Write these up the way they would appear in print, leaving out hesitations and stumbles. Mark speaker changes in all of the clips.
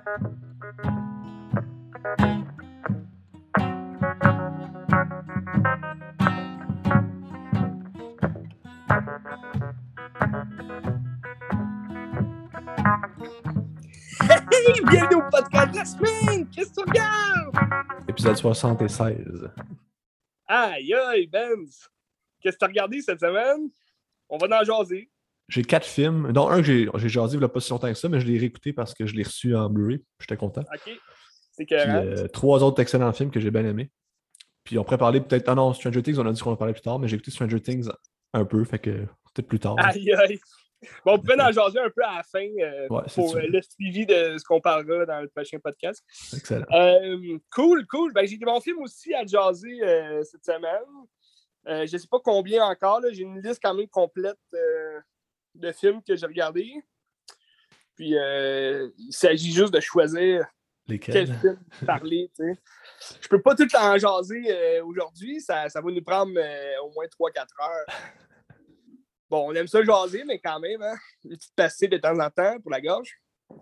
Speaker 1: Hey, bienvenue au podcast de la semaine! Qu'est-ce que tu regardes?
Speaker 2: Épisode 76.
Speaker 1: Aïe, aïe, Benz! Qu'est-ce que tu as regardé cette semaine? On va en jaser.
Speaker 2: J'ai 4 films, dont un que j'ai jasé il n'y a pas si longtemps que ça, mais je l'ai réécouté parce que je l'ai reçu en Blu-ray. J'étais content.
Speaker 1: OK. C'est
Speaker 2: Puis
Speaker 1: correct.
Speaker 2: 3 autres excellents films que j'ai bien aimés. Puis on pourrait parler peut-être... Ah non, Stranger Things, on a dit qu'on en parlait plus tard, mais j'ai écouté Stranger Things un peu, fait que peut-être plus tard.
Speaker 1: Aïe, aïe. Bon, on pouvait en jaser un peu à la fin pour le suivi de ce qu'on parlera dans le prochain podcast.
Speaker 2: Excellent.
Speaker 1: Cool. Ben, j'ai des bons films aussi à jaser cette semaine. Je ne sais pas combien encore. Là. J'ai une liste quand même complète de films que j'ai regardés. Puis, il s'agit juste de choisir
Speaker 2: lesquels
Speaker 1: quel film parler. Tu sais. Je peux pas tout en jaser aujourd'hui. Ça va nous prendre au moins 3-4 heures. Bon, on aime ça jaser, mais quand même, hein? Une petite pastille de temps en temps pour la gorge.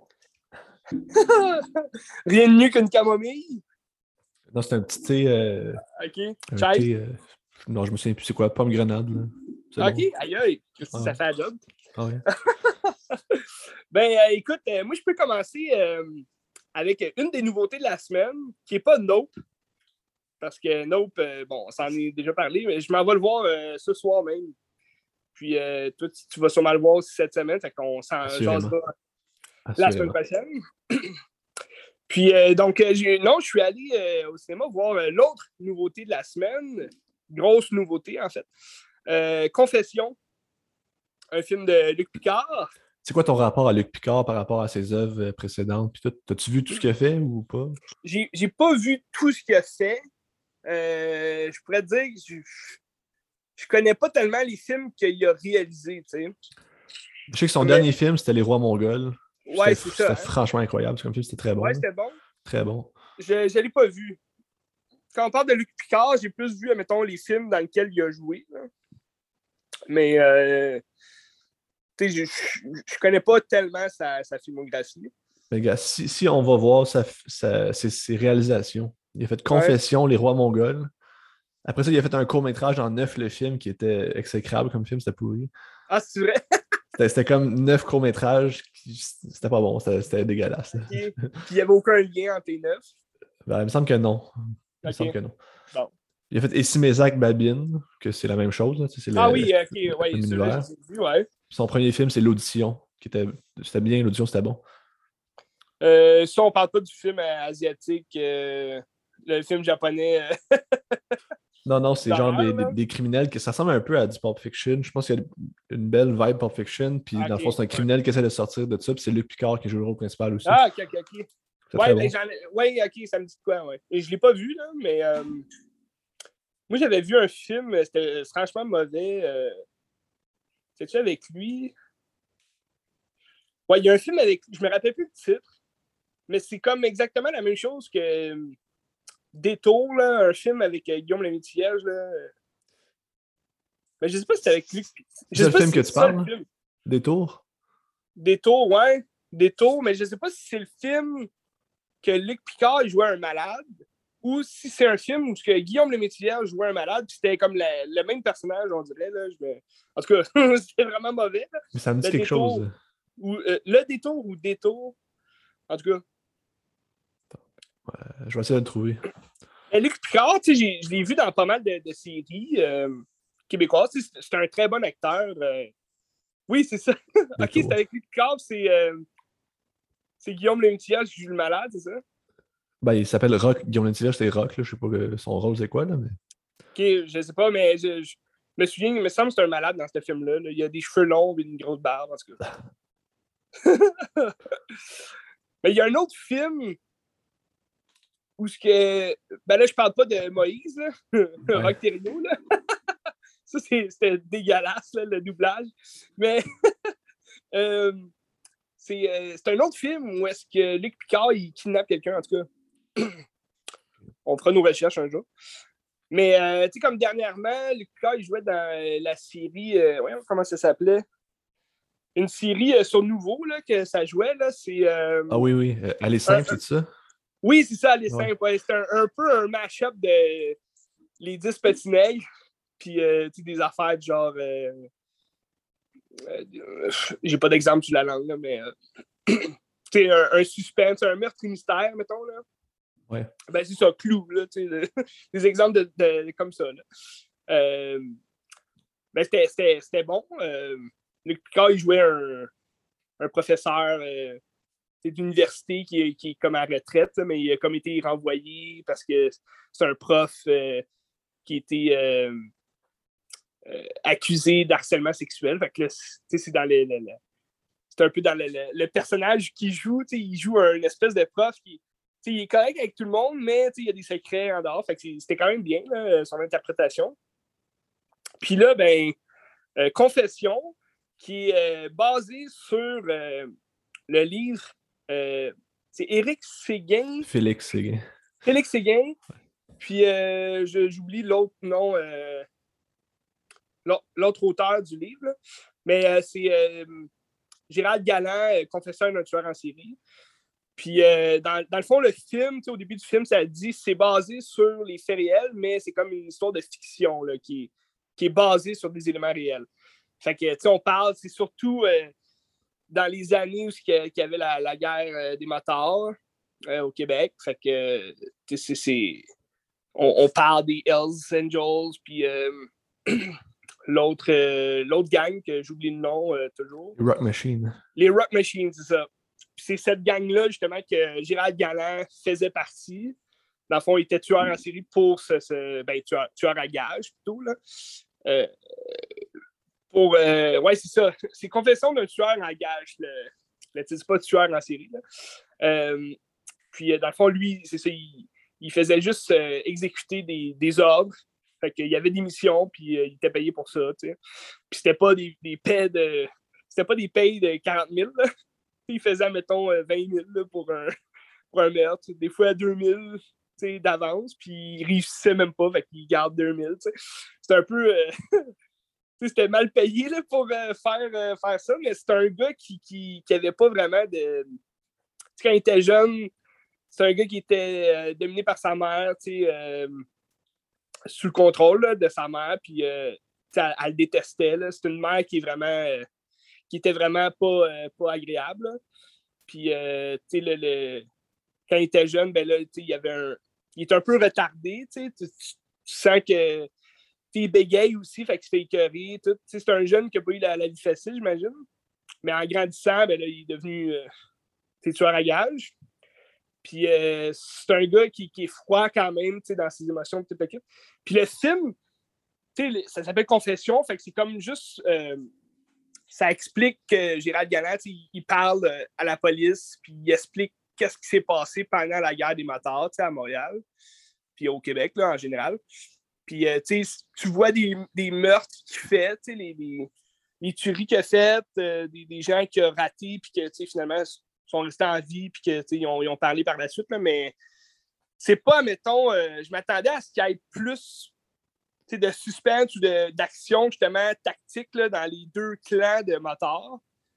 Speaker 1: Rien de mieux qu'une camomille.
Speaker 2: Non, c'est un petit thé...
Speaker 1: OK.
Speaker 2: Un thé... Non, je me souviens plus c'est quoi, pomme grenade. Là.
Speaker 1: OK,
Speaker 2: bon.
Speaker 1: aïe. Qu'est-ce que ça fait à job?
Speaker 2: Ah ouais.
Speaker 1: Ben, écoute, moi, je peux commencer avec une des nouveautés de la semaine, qui n'est pas Nope. Parce que Nope, bon, on s'en est déjà parlé, mais je m'en vais le voir ce soir même. Puis, toi, tu vas sûrement le voir aussi cette semaine, fait qu'on s'en jasera la semaine prochaine. Puis, donc, je suis allé au cinéma voir l'autre nouveauté de la semaine. Grosse nouveauté, en fait. Confession, un film de Luc Picard.
Speaker 2: C'est quoi ton rapport à Luc Picard par rapport à ses œuvres précédentes? Puis t'as-tu vu tout ce qu'il a fait ou pas?
Speaker 1: J'ai pas vu tout ce qu'il a fait. Je pourrais te dire que je connais pas tellement les films qu'il a réalisés, tu sais.
Speaker 2: Je sais que son dernier film, c'était Les Rois Mongols.
Speaker 1: Ouais, c'est ça.
Speaker 2: C'était franchement incroyable. Comme film, c'était très bon.
Speaker 1: Ouais, c'était bon.
Speaker 2: Très bon.
Speaker 1: Je l'ai pas vu. Quand on parle de Luc Picard, j'ai plus vu, admettons, les films dans lesquels il a joué. Là. Mais, tu sais, je connais pas tellement sa filmographie.
Speaker 2: Mais gars, si on va voir ses réalisations, il a fait Confession, Les Rois Mongols. Après ça, il a fait un court-métrage en 9 le film qui était exécrable comme film, c'était pourri.
Speaker 1: Ah, c'est vrai?
Speaker 2: C'était comme 9 courts-métrages, c'était pas bon, c'était dégueulasse.
Speaker 1: Okay. Puis il n'y avait aucun lien entre les 9?
Speaker 2: Ben, il me semble que non. Il me semble que non. Bon. Il a fait Essimézac Babine, que c'est la même chose. Là. C'est
Speaker 1: oui, ok, ouais,
Speaker 2: l'univers.
Speaker 1: Vu, ouais.
Speaker 2: Son premier film, c'est L'Audition, c'était bien, L'Audition, c'était bon.
Speaker 1: Si on parle pas du film asiatique, le film japonais.
Speaker 2: Non, c'est genre des criminels que ça ressemble un peu à du Pulp Fiction. Je pense qu'il y a une belle vibe Pulp Fiction, puis dans le fond, c'est un criminel qui essaie de sortir de ça, puis c'est Luc Picard qui joue le rôle principal aussi.
Speaker 1: Ah, ok. Ouais,
Speaker 2: bon.
Speaker 1: Ok, ça me dit quoi, ouais. Et je l'ai pas vu, là, mais moi, j'avais vu un film, c'était franchement mauvais. C'est-tu avec lui? Ouais, il y a un film avec... Je me rappelle plus le titre, mais c'est comme exactement la même chose que Détour, là, un film avec Guillaume Lemaitre-Vierge, là. Mais je sais pas si c'est avec lui.
Speaker 2: C'est le film que tu parles? Détour?
Speaker 1: Détour, ouais. Détour, mais je sais pas si c'est le film que Luc Picard jouait un malade ou si c'est un film où Guillaume Lemaitre-Vierge jouait un malade, puis c'était comme le même personnage, on dirait. Là. En tout cas, c'était vraiment mauvais. Là.
Speaker 2: Mais ça me dit quelque chose.
Speaker 1: Le Détour ou Détour. En tout cas.
Speaker 2: Je vais essayer de le trouver.
Speaker 1: Luc Picard, je l'ai vu dans pas mal de séries québécoises. C'est un très bon acteur. Oui, c'est ça. OK, c'est avec Luc Picard, c'est Guillaume Lemaitre-Vierge qui joue le malade, c'est ça?
Speaker 2: Ben, il s'appelle Rock. Guillaume Lemaitre-Vierge, c'est Rock. Là. Je sais pas son rôle, c'est quoi. Là, mais...
Speaker 1: OK, je sais pas, mais je me souviens, il me semble que c'est un malade dans ce film-là. Là. Il a des cheveux longs et une grosse barbe, en tout cas. Mais il y a un autre film où ben là, je parle pas de Moïse, là. Rock Thériault, là. Ça, c'était dégueulasse, là, le doublage. Mais c'est un autre film où est-ce que Luc Picard, il kidnappe quelqu'un, en tout cas. On fera nos recherches un jour. Mais, tu sais, comme dernièrement, Luc Picard, il jouait dans la série... voyons comment ça s'appelait. une série sur Nouveau là, que ça jouait. Là, c'est,
Speaker 2: Ah oui. Elle est simple, c'est ça?
Speaker 1: Oui, c'est ça, les
Speaker 2: Ouais.
Speaker 1: simples. Ouais. C'est un peu un mash-up de Les 10 petits nègres, puis des affaires de genre. J'ai pas d'exemple sur la langue, là, mais. Un suspense, un meurtre mystère, mettons. Là.
Speaker 2: Ouais.
Speaker 1: Ben, c'est ça, Clou, là, des exemples comme ça. Là. Ben, c'était bon. Luc Picard, il jouait un professeur d'université qui est comme à retraite, là, mais il a comme été renvoyé parce que c'est un prof qui a été accusé d'harcèlement sexuel. Fait que là, c'est dans c'est un peu dans le personnage qu'il joue. Il joue une espèce de prof qui il est correct avec tout le monde, mais il y a des secrets en dehors. Fait que c'était quand même bien, là, son interprétation. Puis là, ben, Confession, qui est basé sur le livre. C'est Éric Séguin.
Speaker 2: Félix Séguin.
Speaker 1: Félix Séguin. Puis j'oublie l'autre nom, l'autre auteur du livre. Là. Mais c'est Gérald Galland, confesseur d'un tueur en série. Puis dans le fond, le film, au début du film, ça dit c'est basé sur les faits réels, mais c'est comme une histoire de fiction là, qui est basée sur des éléments réels. Fait que, on parle, c'est surtout dans les années où il y avait la guerre des motards au Québec. Fait que, on parle des Hells Angels, puis l'autre gang, que j'oublie le nom toujours.
Speaker 2: Les Rock Machine.
Speaker 1: Les Rock Machines, c'est ça. Puis c'est cette gang-là, justement, que Gérald Galland faisait partie. Dans le fond, il était tueur en série pour tueur à gage, plutôt, là. Ouais, c'est ça. C'est Confession d'un tueur en gage. C'est pas tueur en série. Là. Puis, dans le fond, lui, c'est ça, il faisait juste exécuter des ordres. Fait qu'il y avait des missions, puis il était payé pour ça. T'sais. Puis c'était pas des payes de. C'était pas des payes de 40 000. Là. Il faisait, mettons, 20 000 là, pour un meurtre. Des fois, 2 000 d'avance, puis il réussissait même pas, fait qu'il garde 2 000. C'était un peu. C'était mal payé là, pour faire ça, mais c'est un gars qui avait pas vraiment de. Quand il était jeune, c'est un gars qui était dominé par sa mère, sous le contrôle là, de sa mère, puis elle le détestait. Là. C'est une mère qui est vraiment. Qui était vraiment pas agréable. Là. Puis, quand il était jeune, ben là, il était un peu retardé. Tu sens que il bégaye aussi, fait qu'il se fait écœurer. C'est un jeune qui n'a pas eu la vie facile, j'imagine. Mais en grandissant, ben là, il est devenu tueur à gage. Puis c'est un gars qui est froid quand même dans ses émotions. Puis le film, ça s'appelle Confession, fait que c'est comme juste... ça explique que Gérald Galland, il parle à la police, puis il explique qu'est-ce qui s'est passé pendant la guerre des motards à Montréal, puis au Québec là, en général. Puis tu vois des meurtres qu'il fait, les tueries qu'il a faites, des gens qu'il a ratés, puis que finalement sont restés en vie, puis qu'ils ont parlé par la suite. Là, mais c'est pas, mettons, je m'attendais à ce qu'il y ait plus de suspense ou d'action, justement, tactique là, dans les deux clans de motards.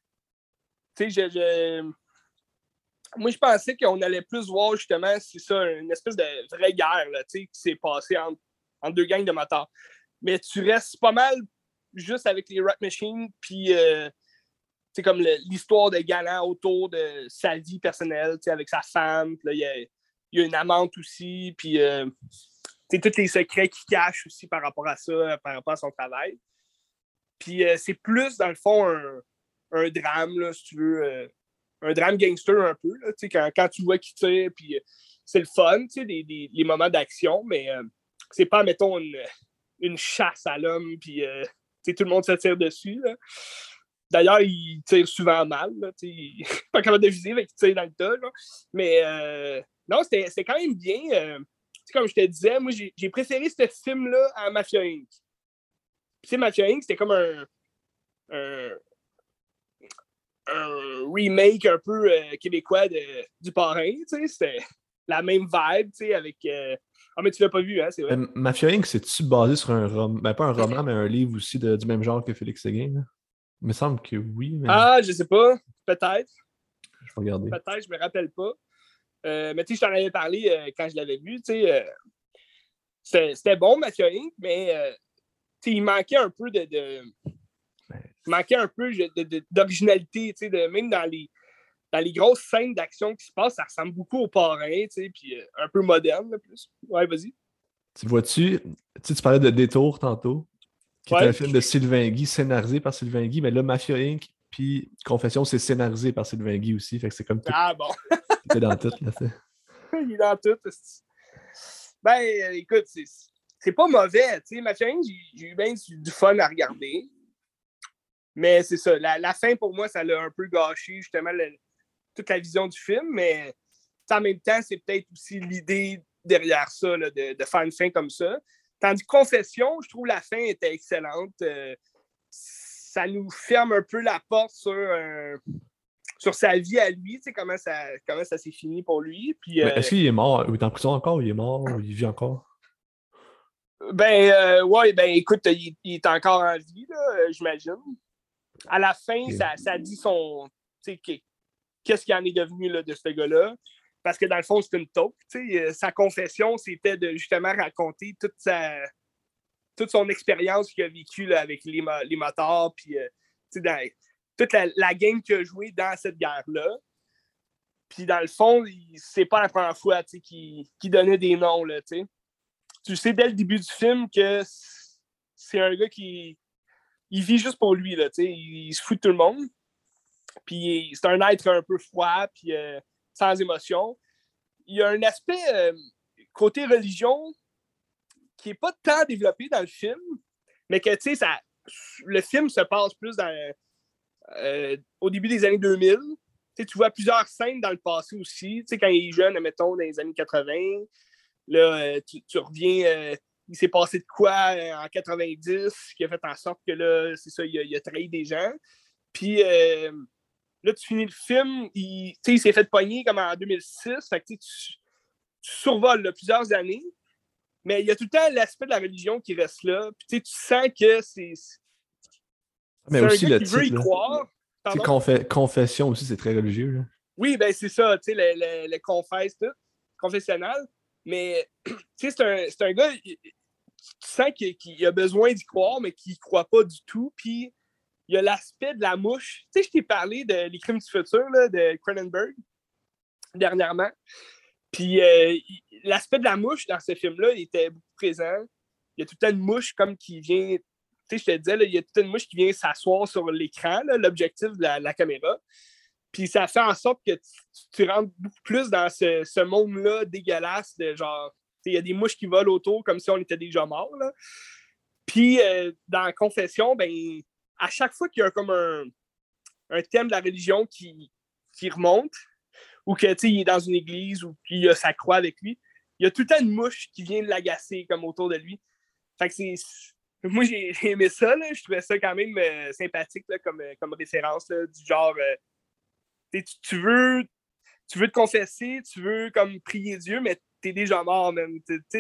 Speaker 1: Moi, je pensais qu'on allait plus voir, justement, c'est ça, une espèce de vraie guerre là, qui s'est passée entre deux gangs de motards. Mais tu restes pas mal juste avec les Rock Machines, puis c'est comme l'histoire de Galland autour de sa vie personnelle, avec sa femme. Puis là, il y a une amante aussi, puis tous les secrets qu'il cache aussi par rapport à ça, par rapport à son travail. Puis c'est plus, dans le fond, un drame, là, si tu veux, un drame gangster un peu, là, quand tu vois qu'il tire, puis c'est le fun, les moments d'action, mais c'est pas, mettons, une chasse à l'homme, puis tout le monde se tire dessus. Là. D'ailleurs, il tire souvent mal, là, il n'est pas capable de viser, mais il tire dans le tas. Là. Mais non, c'était quand même bien. Comme je te disais, moi, j'ai préféré ce film-là à Mafia Inc. Puis, Mafia Inc., c'était comme un remake un peu québécois du Parrain. C'était la même vibe, avec... Ah, mais tu l'as pas vu, hein, c'est vrai.
Speaker 2: Mafia Inc., c'est-tu basé sur un roman? Ben, pas un roman, mais un livre aussi du même genre que Félix Séguin? Là? Il me semble que oui, mais
Speaker 1: Ah, je sais pas. Peut-être.
Speaker 2: je vais regarder.
Speaker 1: Peut-être, je me rappelle pas. Mais tu sais, je t'en avais parlé quand je l'avais vu. Tu sais, c'était bon, Mathieu Inc., mais tu sais, il manquait un peu il manquait un peu d'originalité. Tu sais, même dans les grosses scènes d'action qui se passent, ça ressemble beaucoup au Parrain, tu sais, puis un peu moderne, là, plus. Ouais, vas-y.
Speaker 2: Tu vois-tu, tu parlais de Détour tantôt, qui est un
Speaker 1: Ouais.
Speaker 2: film de Sylvain Guy, scénarisé par Sylvain Guy, mais là, Mafia Inc. puis Confession, c'est scénarisé par Sylvain Guy aussi, fait que c'est comme tout
Speaker 1: Ah bon,
Speaker 2: était dans tout, là,
Speaker 1: il est dans tout. Ben, écoute, c'est pas mauvais, tu sais, Mathieu Inc., j'ai eu bien du fun à regarder. Mais c'est ça, la fin, pour moi, ça l'a un peu gâché, justement, toute la vision du film, mais en même temps, c'est peut-être aussi l'idée derrière ça, là, de faire une fin comme ça. Tandis que Confession, je trouve la fin était excellente. Ça nous ferme un peu la porte sur sa vie à lui, tu sais, comment ça s'est fini pour lui. Puis,
Speaker 2: Mais est-ce qu'il est mort? Ou il est en prison encore? Ou il est mort? Ou il vit encore?
Speaker 1: ouais, ben écoute, il est encore en vie, là, j'imagine. À la fin,
Speaker 2: Ok.
Speaker 1: ça dit son. Tu sais, qu'est-ce qu'il en est devenu là, de ce gars-là. Parce que dans le fond, c'est une taupe. Sa confession, c'était de justement raconter toute son expérience qu'il a vécue là, avec les motards, puis toute la game qu'il a jouée dans cette guerre-là. Puis dans le fond, c'est pas la première fois qu'il donnait des noms. Là, tu sais dès le début du film que c'est un gars qui il vit juste pour lui. Là, il se fout de tout le monde. Puis c'est un être un peu froid, puis sans émotion. Il y a un aspect côté religion qui n'est pas tant développé dans le film, mais que, tu sais, le film se passe plus au début des années 2000. Tu vois plusieurs scènes dans le passé aussi. Quand il est jeune, mettons, dans les années 80, là, tu reviens, il s'est passé de quoi en 90 qui a fait en sorte que là, c'est ça, il a trahi des gens. Puis là, tu finis le film, il s'est fait pogner comme en 2006. Fait que tu survoles là, plusieurs années, mais il y a tout le temps l'aspect de la religion qui reste là. Puis tu sens que
Speaker 2: Mais
Speaker 1: c'est un
Speaker 2: aussi
Speaker 1: gars
Speaker 2: le
Speaker 1: qui veut y
Speaker 2: titre, là.
Speaker 1: croire.
Speaker 2: Tu sais,
Speaker 1: Pardon?
Speaker 2: Confession aussi, c'est très religieux, là.
Speaker 1: Oui, ben c'est ça, tu sais, le confesse, tout, confessionnal. Mais tu sais, c'est un gars, tu sens qu'il a besoin d'y croire, mais qu'il n'y croit pas du tout. Puis il y a l'aspect de la mouche. Tu sais, je t'ai parlé de Les Crimes du futur là, de Cronenberg dernièrement. Puis l'aspect de la mouche dans ce film-là, il était beaucoup présent. Il y a tout le temps une mouche comme qui vient. Tu sais, je te disais, là, il y a tout le temps une mouche qui vient s'asseoir sur l'écran, là, l'objectif de la caméra. Puis ça fait en sorte que tu rentres beaucoup plus dans ce monde-là dégueulasse de genre. Il y a des mouches qui volent autour comme si on était déjà morts. Là. Puis dans Confession, ben, à chaque fois qu'il y a comme un thème de la religion qui remonte, ou que il est dans une église ou qu'il a sa croix avec lui, il y a tout le temps une mouche qui vient l'agacer comme autour de lui. Fait que moi, j'ai aimé ça. Là. Je trouvais ça quand même sympathique là, comme référence là, du genre tu veux te confesser, tu veux comme prier Dieu, mais t'es déjà mort, même.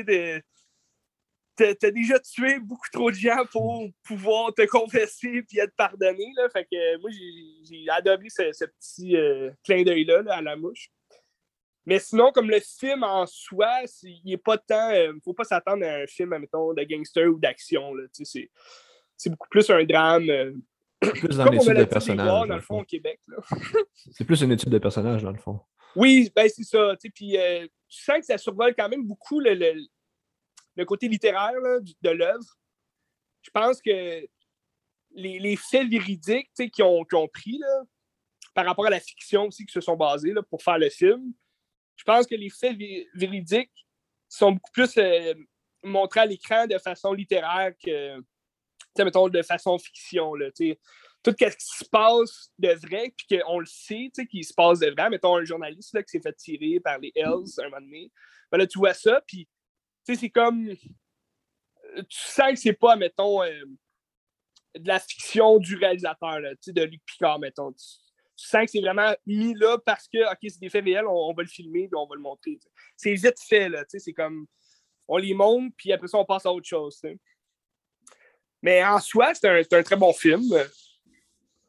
Speaker 1: T'as déjà tué beaucoup trop de gens pour pouvoir te confesser et être pardonné. Là. Fait que moi, j'ai adoré ce petit clin d'œil-là là, à la mouche. Mais sinon, comme le film en soi, il n'est pas tant. Faut pas s'attendre à un film, mettons, de gangster ou d'action. Là. C'est beaucoup plus un drame.
Speaker 2: Plus dans
Speaker 1: Comme on a
Speaker 2: l'étude de
Speaker 1: l'habitude de les voir,
Speaker 2: personnage,
Speaker 1: dans
Speaker 2: dans
Speaker 1: le
Speaker 2: le
Speaker 1: fond,
Speaker 2: fond.
Speaker 1: au Québec. Là.
Speaker 2: C'est plus une étude de personnage, dans le fond.
Speaker 1: Oui, ben c'est ça. Puis tu sens que ça survole quand même beaucoup le côté littéraire là, de l'œuvre. Je pense que les faits véridiques qu'ils ont pris là, par rapport à la fiction aussi qui se sont basés là, pour faire le film, je pense que les faits véridiques sont beaucoup plus montrés à l'écran de façon littéraire que, mettons, de façon fiction. Là, tout ce qui se passe de vrai, puis qu'on le sait, qu'il se passe de vrai. Mettons, un journaliste là, qui s'est fait tirer par les Hells un moment donné. Ben là, tu vois ça, puis c'est comme... Tu sens que c'est pas, mettons, de la fiction du réalisateur, là, de Luc Picard, mettons. Tu sens que c'est vraiment mis là parce que, OK, c'est des faits réels, on va le filmer puis on va le montrer. T'sais. C'est vite fait, là. C'est comme, on les montre puis après ça, on passe à autre chose. T'sais. Mais en soi, c'est un très bon film.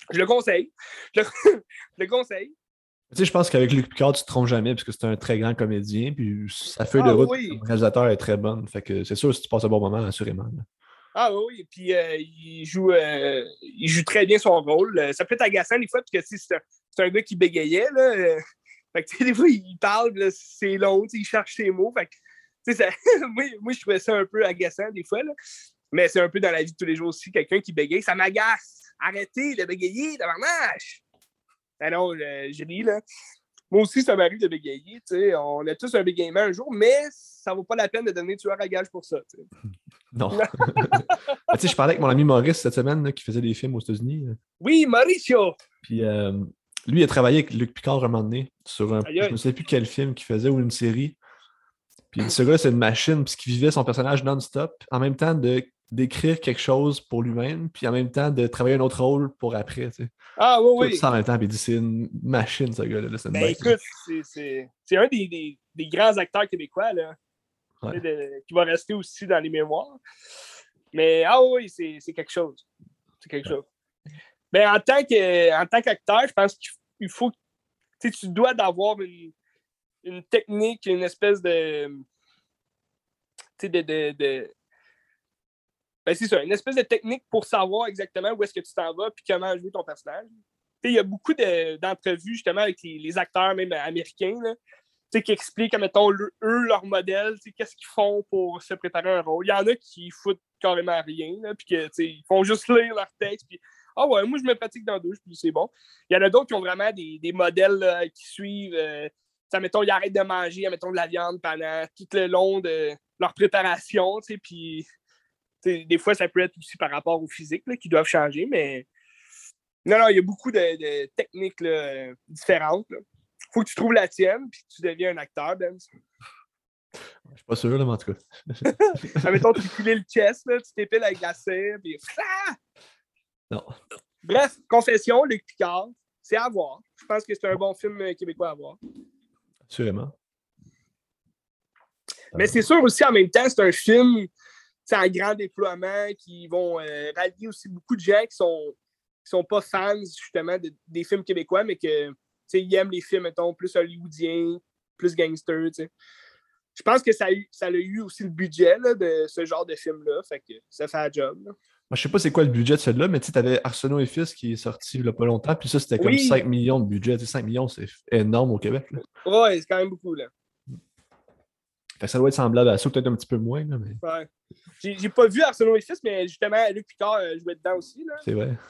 Speaker 1: Je le conseille. Je le conseille.
Speaker 2: Tu sais, je pense qu'avec Luc Picard, tu te trompes jamais parce que c'est un très grand comédien. Puis sa feuille de
Speaker 1: Ah
Speaker 2: route
Speaker 1: oui.
Speaker 2: comme réalisateur est très bonne. Fait que c'est sûr, si tu passes un bon moment, assurément. Là.
Speaker 1: Ah oui, puis il joue très bien son rôle. Ça peut être agaçant des fois, parce que c'est un gars qui bégayait. Là, fait que, des fois, il parle, là, c'est long, il cherche ses mots. Fait que, ça, moi, je trouvais ça un peu agaçant des fois. Là. Mais c'est un peu dans la vie de tous les jours aussi, quelqu'un qui bégaye, ça m'agace. Arrêtez de bégayer, tabarnache! Ah non, je ris, là. Moi aussi, ça m'arrive de bégayer. T'sais. On a tous un bégayement un jour, mais ça vaut pas la peine de devenir tueur à gage pour ça. T'sais.
Speaker 2: Non. Je parlais avec mon ami Maurice cette semaine là, qui faisait des films aux États-Unis.
Speaker 1: Oui, Mauricio!
Speaker 2: Puis lui, il a travaillé avec Luc Picard un moment donné sur un.
Speaker 1: Aïe, aïe.
Speaker 2: Je ne sais plus quel film qu'il faisait ou une série. Puis ce gars, c'est une machine, puisqu'il vivait son personnage non-stop, en même temps d'écrire quelque chose pour lui-même, puis en même temps de travailler un autre rôle pour après. Tu sais.
Speaker 1: Ah oui,
Speaker 2: Tout ça en même temps, puis il dit c'est une machine, ce gars-là. C'est une bête,
Speaker 1: écoute, c'est un des grands acteurs québécois là, qui va rester aussi dans les mémoires. Mais oui, c'est quelque chose. C'est quelque chose. Mais en tant qu'acteur, je pense qu'il faut. Tu dois d'avoir une technique, une espèce de. Ben c'est ça, une espèce de technique pour savoir exactement où est-ce que tu t'en vas et comment jouer ton personnage. Il y a beaucoup d'entrevues justement avec les acteurs, même américains, là, qui expliquent, mettons, eux, leur modèle, qu'est-ce qu'ils font pour se préparer un rôle. Il y en a qui foutent carrément rien, puis ils font juste lire leur texte, puis ah ouais, moi je me pratique dans la douche, puis c'est bon. Il y en a d'autres qui ont vraiment des modèles là, qui suivent. Mettons, ils arrêtent de manger, mettons, de la viande pendant tout le long de leur préparation, puis des fois, ça peut être aussi par rapport au physique là, qui doivent changer, mais non, il y a beaucoup de techniques là, différentes. Il faut que tu trouves la tienne, puis que tu deviens un acteur, Ben.
Speaker 2: Je suis pas sûr, là, mais en tout cas.
Speaker 1: Mettons, tu files le chest, là, tu t'épiles avec la cire, puis... Ah!
Speaker 2: Non.
Speaker 1: Bref, Confession, Luc Picard, c'est à voir. Je pense que c'est un bon film québécois à voir.
Speaker 2: Assurément.
Speaker 1: Mais c'est sûr aussi, en même temps, c'est un film en grand déploiement qui vont rallier aussi beaucoup de gens qui sont pas fans, justement, des films québécois, mais ils aiment les films, mettons, plus hollywoodiens, plus gangsters, t'sais. Je pense que ça a eu aussi le budget là, de ce genre de film-là, fait que ça fait un job. Là.
Speaker 2: Moi, je sais pas c'est quoi le budget de celui-là, mais tu avais Arsenault et Fils qui est sorti il y a pas longtemps, puis ça, c'était comme 5 millions de budget. 5 millions, c'est énorme au Québec. Là.
Speaker 1: Ouais, c'est quand même beaucoup, là.
Speaker 2: Fait que ça doit être semblable à ça, peut-être un petit peu moins. Là, mais...
Speaker 1: Ouais. J'ai pas vu Arsenault et Fils, mais justement, Luc Picard jouait dedans aussi. Là.
Speaker 2: C'est vrai.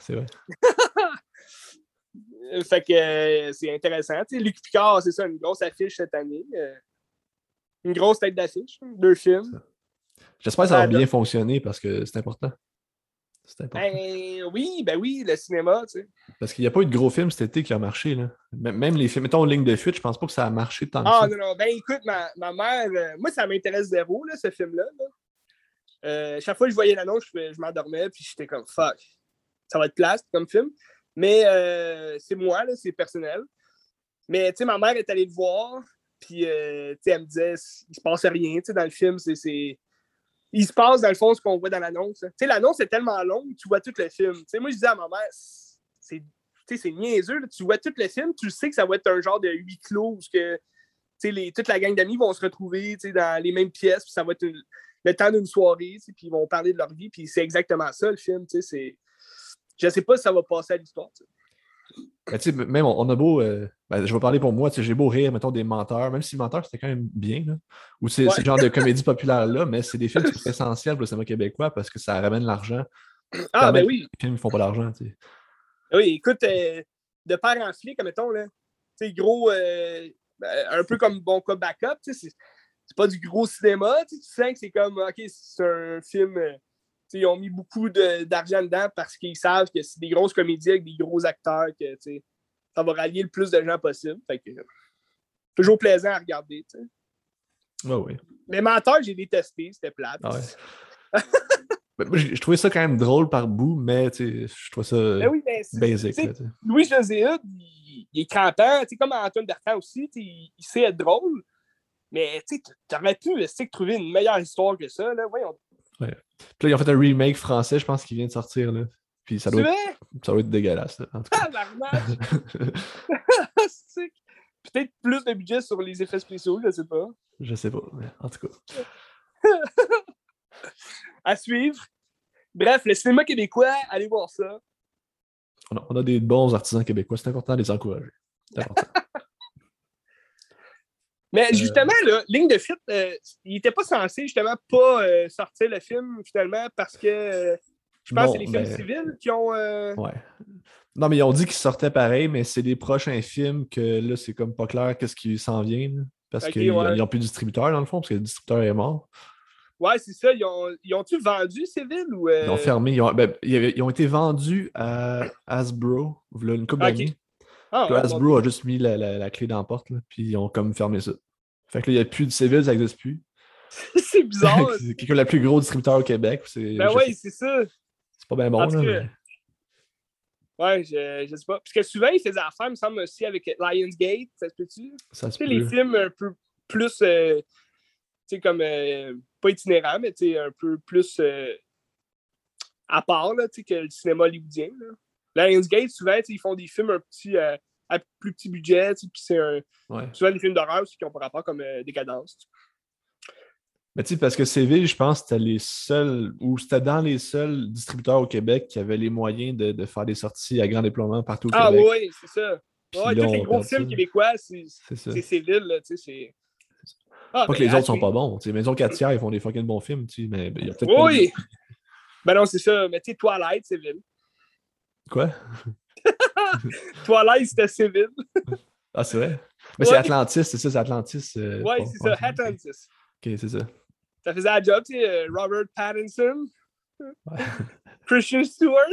Speaker 1: Fait que c'est intéressant. T'sais, Luc Picard, c'est ça, une grosse affiche cette année. Une grosse tête d'affiche. 2 films.
Speaker 2: J'espère que ça va bien fonctionner parce que c'est important. C'est important.
Speaker 1: Ben oui, le cinéma, tu sais.
Speaker 2: Parce qu'il n'y a pas eu de gros films cet été qui a marché. Là. Même les films, mettons Ligne de fuite, je pense pas que ça a marché tant que ça.
Speaker 1: Non. Ben écoute, ma mère, moi, ça m'intéresse zéro, là, ce film-là. Là. Chaque fois que je voyais l'annonce, je m'endormais, puis j'étais comme fuck. Ça va être plate comme film. Mais c'est moi, là, c'est personnel. Mais tu sais, ma mère est allée le voir, puis elle me disait, il se passe rien, tu sais, dans le film, il se passe, dans le fond, ce qu'on voit dans l'annonce. Tu sais, l'annonce est tellement longue, tu vois tout le film. Tu sais, moi, je disais à ma mère, c'est niaiseux, là, tu vois tout le film, tu sais que ça va être un genre de huis clos où toute la gang d'amis vont se retrouver dans les mêmes pièces, puis ça va être le temps d'une soirée, puis ils vont parler de leur vie, puis c'est exactement ça, le film. Je sais pas si ça va passer à l'histoire.
Speaker 2: Ben, même on a beau, je vais parler pour moi, j'ai beau rire, mettons, des menteurs, même si menteurs, c'était quand même bien, là, ou c'est ce genre de comédie populaire-là, mais c'est des films qui sont essentiels pour le cinéma québécois parce que ça ramène l'argent.
Speaker 1: Ben oui.
Speaker 2: Les films ne font pas l'argent, tu sais.
Speaker 1: Oui, écoute, de père en flic, mettons, là, tu sais, gros, un peu comme Bon Cop Backup, tu sais, c'est pas du gros cinéma, tu sens que c'est comme, OK, c'est un film... ils ont mis beaucoup d'argent dedans parce qu'ils savent que c'est des grosses comédies avec des gros acteurs, que ça va rallier le plus de gens possible. Fait que, toujours plaisant à regarder. T'sais.
Speaker 2: Oui.
Speaker 1: Mais Menteur, j'ai détesté, c'était plate.
Speaker 2: Ah ouais. Moi, je trouvais ça quand même drôle par bout, mais je trouvais ça basic. Là,
Speaker 1: Louis José Hood, il est crampant, comme Antoine Bertrand aussi, il sait être drôle. Mais tu aurais pu trouver une meilleure histoire que ça. Là. Voyons.
Speaker 2: Ouais. Puis là, ils ont fait un remake français, je pense, qui vient de sortir. Là. Puis ça doit être dégueulasse, là, en tout cas.
Speaker 1: Peut-être plus de budget sur les effets spéciaux, je sais pas.
Speaker 2: Je sais pas, mais en tout cas.
Speaker 1: À suivre. Bref, le cinéma québécois, allez voir ça.
Speaker 2: On a des bons artisans québécois, c'est important de les encourager. C'est important.
Speaker 1: Mais justement, là, Ligne de fuite, il n'était pas censé justement pas sortir le film finalement parce que je pense que c'est les films civils qui ont.
Speaker 2: Ouais. Non, mais ils ont dit qu'ils sortaient pareil, mais c'est des prochains films que là, c'est comme pas clair qu'est-ce qui s'en vient. Là, parce qu'ils n'ont plus de distributeur dans le fond, parce que le distributeur est mort.
Speaker 1: Ouais, c'est ça. Ils ont-tu vendu Civil ou.
Speaker 2: Ils ont fermé. Ils ont été vendus à Hasbro, voilà, une couple d'années. Hasbro a juste mis la clé dans la porte, là, puis ils ont comme fermé ça. Fait que là, il n'y a plus de Civil, ça n'existe plus.
Speaker 1: C'est bizarre.
Speaker 2: C'est quelqu'un le plus gros distributeur au Québec.
Speaker 1: Ben oui, c'est ça.
Speaker 2: C'est pas bien bon, là. Mais...
Speaker 1: Ouais, je sais pas. Parce que souvent, ils faisaient affaire, il me semble, aussi avec Lionsgate, ça se peut-tu?
Speaker 2: Ça se peut.
Speaker 1: Les films un peu plus, tu sais, comme, pas itinérants, mais tu sais, un peu plus à part, là, tu sais, que le cinéma hollywoodien. Là. Lionsgate, souvent, ils font des films un petit, à plus petit budget, puis c'est souvent des films d'horreur aussi qui ont pas rapport comme Décadence.
Speaker 2: Mais tu sais, parce que Civil, je pense que c'était les seuls, ou c'était dans les seuls distributeurs au Québec qui avaient les moyens de faire des sorties à grand déploiement partout au Québec.
Speaker 1: Ah oui, c'est ça. Ouais, tous les gros films québécois, c'est Civil, là, tu sais, c'est...
Speaker 2: Pas que les autres sont pas bons. Tu sais, Maison 4/3, ils font des fucking bons films, tu sais, mais il y a peut-être
Speaker 1: oui! Ben non, c'est ça. Mais tu sais, Twilight, Civil.
Speaker 2: Quoi?
Speaker 1: Twilight, c'était Civil.
Speaker 2: Ah, c'est vrai? Mais c'est Atlantis, c'est ça, c'est Atlantis.
Speaker 1: Oui, c'est ça, Atlantis.
Speaker 2: OK, c'est ça.
Speaker 1: Ça faisait la job, tu sais, Robert Pattinson, Christian Stewart,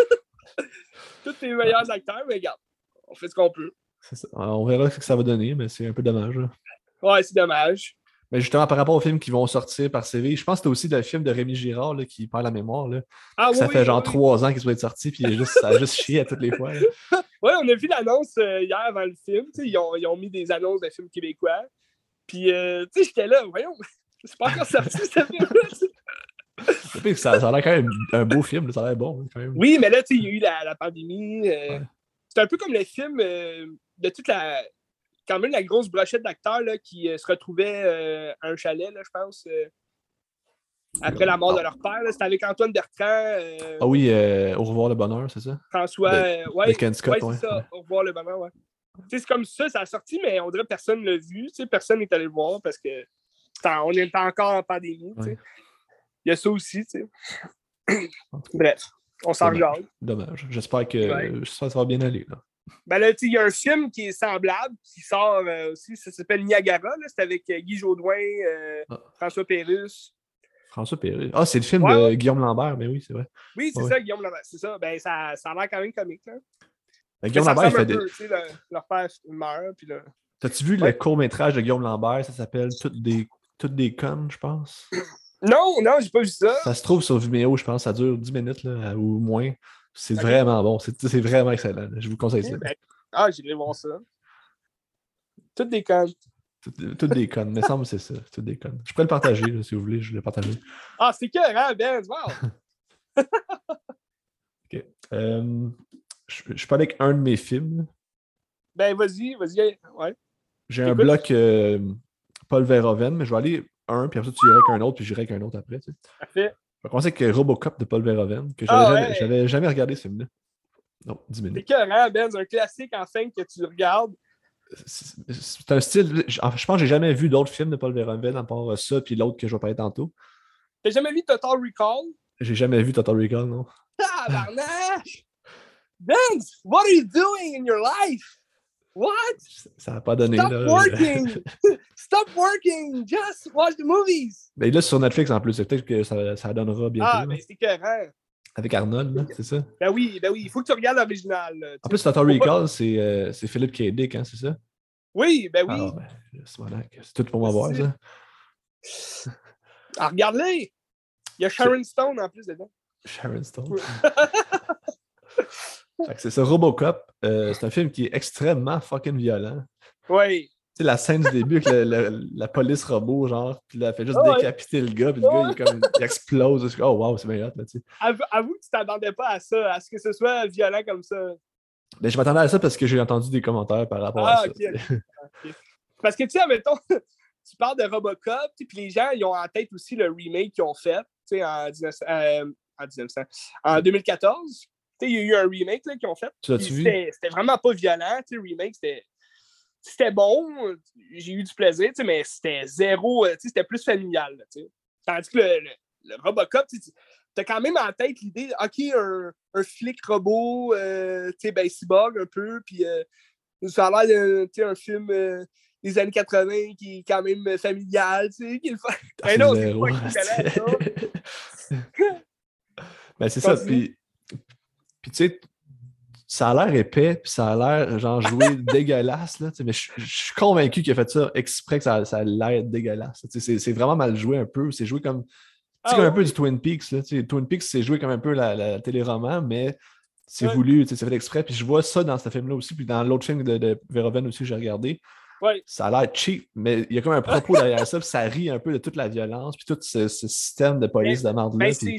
Speaker 1: tous les meilleurs acteurs, mais regarde, on fait ce qu'on peut.
Speaker 2: C'est ça. Alors, on verra ce que ça va donner, mais c'est un peu dommage. Là.
Speaker 1: Ouais, c'est dommage.
Speaker 2: Mais justement, par rapport aux films qui vont sortir par CV, je pense que c'était aussi le film de Rémi Girard là, qui perd la mémoire. Là. Ça fait genre 3 ans qu'il doit être sorti, puis ça a juste chié à toutes les fois.
Speaker 1: Oui, on a vu l'annonce hier avant le film. Ils ont mis des annonces de films québécois. Puis, tu sais, j'étais là, voyons, c'est pas encore sorti, ce film-là.
Speaker 2: Ça a l'air quand même un beau film, ça a l'air bon. Quand même.
Speaker 1: Oui, mais là, tu sais, il y a eu la pandémie. C'est un peu comme le film de toute la... Quand même la grosse brochette d'acteurs là, qui se retrouvaient à un chalet, là, je pense, après la mort de leur père. C'était avec Antoine Bertrand.
Speaker 2: Ah oui, Au revoir le bonheur, c'est ça?
Speaker 1: François,
Speaker 2: Ken Scott,
Speaker 1: c'est ça, Au revoir le bonheur, ouais. C'est comme ça a sorti, mais on dirait que personne ne l'a vu. Personne n'est allé le voir parce que on est encore en pandémie. Ouais. Il y a ça aussi. Bref, on s'en regarde.
Speaker 2: Dommage. J'espère que ça va bien aller. Là.
Speaker 1: Ben là, il y a un film qui est semblable, qui sort aussi, ça s'appelle Niagara. C'est avec Guy Jodoin, François Pérusse.
Speaker 2: François Pérusse. Ah, c'est le film de Guillaume Lambert, mais oui, c'est vrai.
Speaker 1: Oui, c'est ça, Guillaume Lambert. C'est ça. Ben, ça a l'air quand même comique. Là.
Speaker 2: Guillaume Lambert, il fait
Speaker 1: des... leur père meurt. Puis là...
Speaker 2: T'as-tu vu le court-métrage de Guillaume Lambert? Ça s'appelle Toutes des connes, je pense.
Speaker 1: Non, j'ai pas vu ça.
Speaker 2: Ça se trouve sur Vimeo, je pense. Ça dure 10 minutes là, ou moins. C'est vraiment bon. C'est vraiment excellent. Je vous conseille ça.
Speaker 1: J'irai voir ça. Toutes des connes.
Speaker 2: Toutes des connes. Mais semble que c'est ça. Toutes des connes. Je pourrais le partager, là, si vous voulez. Je vais le partager.
Speaker 1: Ah, c'est écœurant, Ben. Wow!
Speaker 2: OK. Je parle avec un de mes films.
Speaker 1: Ben, vas-y. Ouais.
Speaker 2: J'ai un bloc Paul Verhoeven, mais je vais aller un, puis après ça, tu irais avec un autre, puis j'irai avec un autre après. Tu sais.
Speaker 1: Parfait.
Speaker 2: Je vais commencer avec Robocop de Paul Verhoeven, que j'avais jamais regardé ce film-là. Non, 10 minutes.
Speaker 1: C'est écœurant, Ben. C'est un classique, enfin, que tu regardes.
Speaker 2: C'est un style... Je pense que j'ai jamais vu d'autres films de Paul Verhoeven, à part ça, puis l'autre que je vais parler tantôt.
Speaker 1: T'as jamais vu Total Recall?
Speaker 2: J'ai jamais vu Total Recall, non.
Speaker 1: Ah, Barnache! Ben, what are you doing in your life? What?
Speaker 2: Ça n'a pas donné.
Speaker 1: Stop working! Stop working! Just watch the movies!
Speaker 2: Mais là, c'est sur Netflix en plus. Peut-être que ça donnera bientôt.
Speaker 1: Ah, ben c'est écœurant.
Speaker 2: Avec Arnold, là, c'est ça?
Speaker 1: Ben oui, il faut que tu regardes l'original.
Speaker 2: En plus, Total Recall, c'est Philip K. Dick, hein, c'est ça?
Speaker 1: Oui, ben oui.
Speaker 2: C'est tout pour m'avoir, ça.
Speaker 1: Ah, regarde-les! Il y a Sharon Stone en plus dedans.
Speaker 2: Sharon Stone. C'est ça, Robocop. C'est un film qui est extrêmement fucking violent.
Speaker 1: Oui.
Speaker 2: sais, la scène du début avec la police robot, genre, puis là, elle fait juste
Speaker 1: Ah ouais.
Speaker 2: décapiter le gars, puis le gars, il explose. Oh, wow, c'est bien hot, là, tu sais.
Speaker 1: Avoue que tu t'attendais pas à ça, à ce que ce soit violent comme ça.
Speaker 2: Mais je m'attendais à ça parce que j'ai entendu des commentaires par rapport à
Speaker 1: Ah,
Speaker 2: ça.
Speaker 1: ok, ok. Parce que, tu sais, admettons, tu parles de Robocop, puis les gens, ils ont en tête aussi le remake qu'ils ont fait, tu sais, en 2014. Tu sais, il y a eu un remake qu'ils ont fait.
Speaker 2: Tu l'as-tu vu?
Speaker 1: C'était vraiment pas violent, tu sais, le remake, c'était bon, j'ai eu du plaisir, mais c'était zéro, c'était plus familial. Tandis que le Robocop, tu as quand même en tête l'idée, OK, un flic robot, ben cyborg un peu, puis ça a l'air d'un film des années 80 qui est quand même familial, qui est le fun.
Speaker 2: C'est
Speaker 1: Non, c'est
Speaker 2: zéro.
Speaker 1: pas excellent, ça.
Speaker 2: Ben, c'est ça, puis tu sais, ça a l'air épais, puis ça a l'air, genre, joué dégueulasse, là, mais je suis convaincu qu'il a fait ça exprès que ça a l'air dégueulasse. C'est vraiment mal joué un peu. C'est joué comme, comme un peu du Twin Peaks. Là, Twin Peaks, c'est joué comme un peu la téléroman, mais c'est voulu, c'est fait exprès. Puis je vois ça dans ce film-là aussi, puis dans l'autre film de Verhoeven aussi que j'ai regardé.
Speaker 1: Ouais.
Speaker 2: Ça a l'air cheap, mais il y a comme un propos derrière ça, puis ça rit un peu de toute la violence, puis tout ce système de police de merde-là. Puis...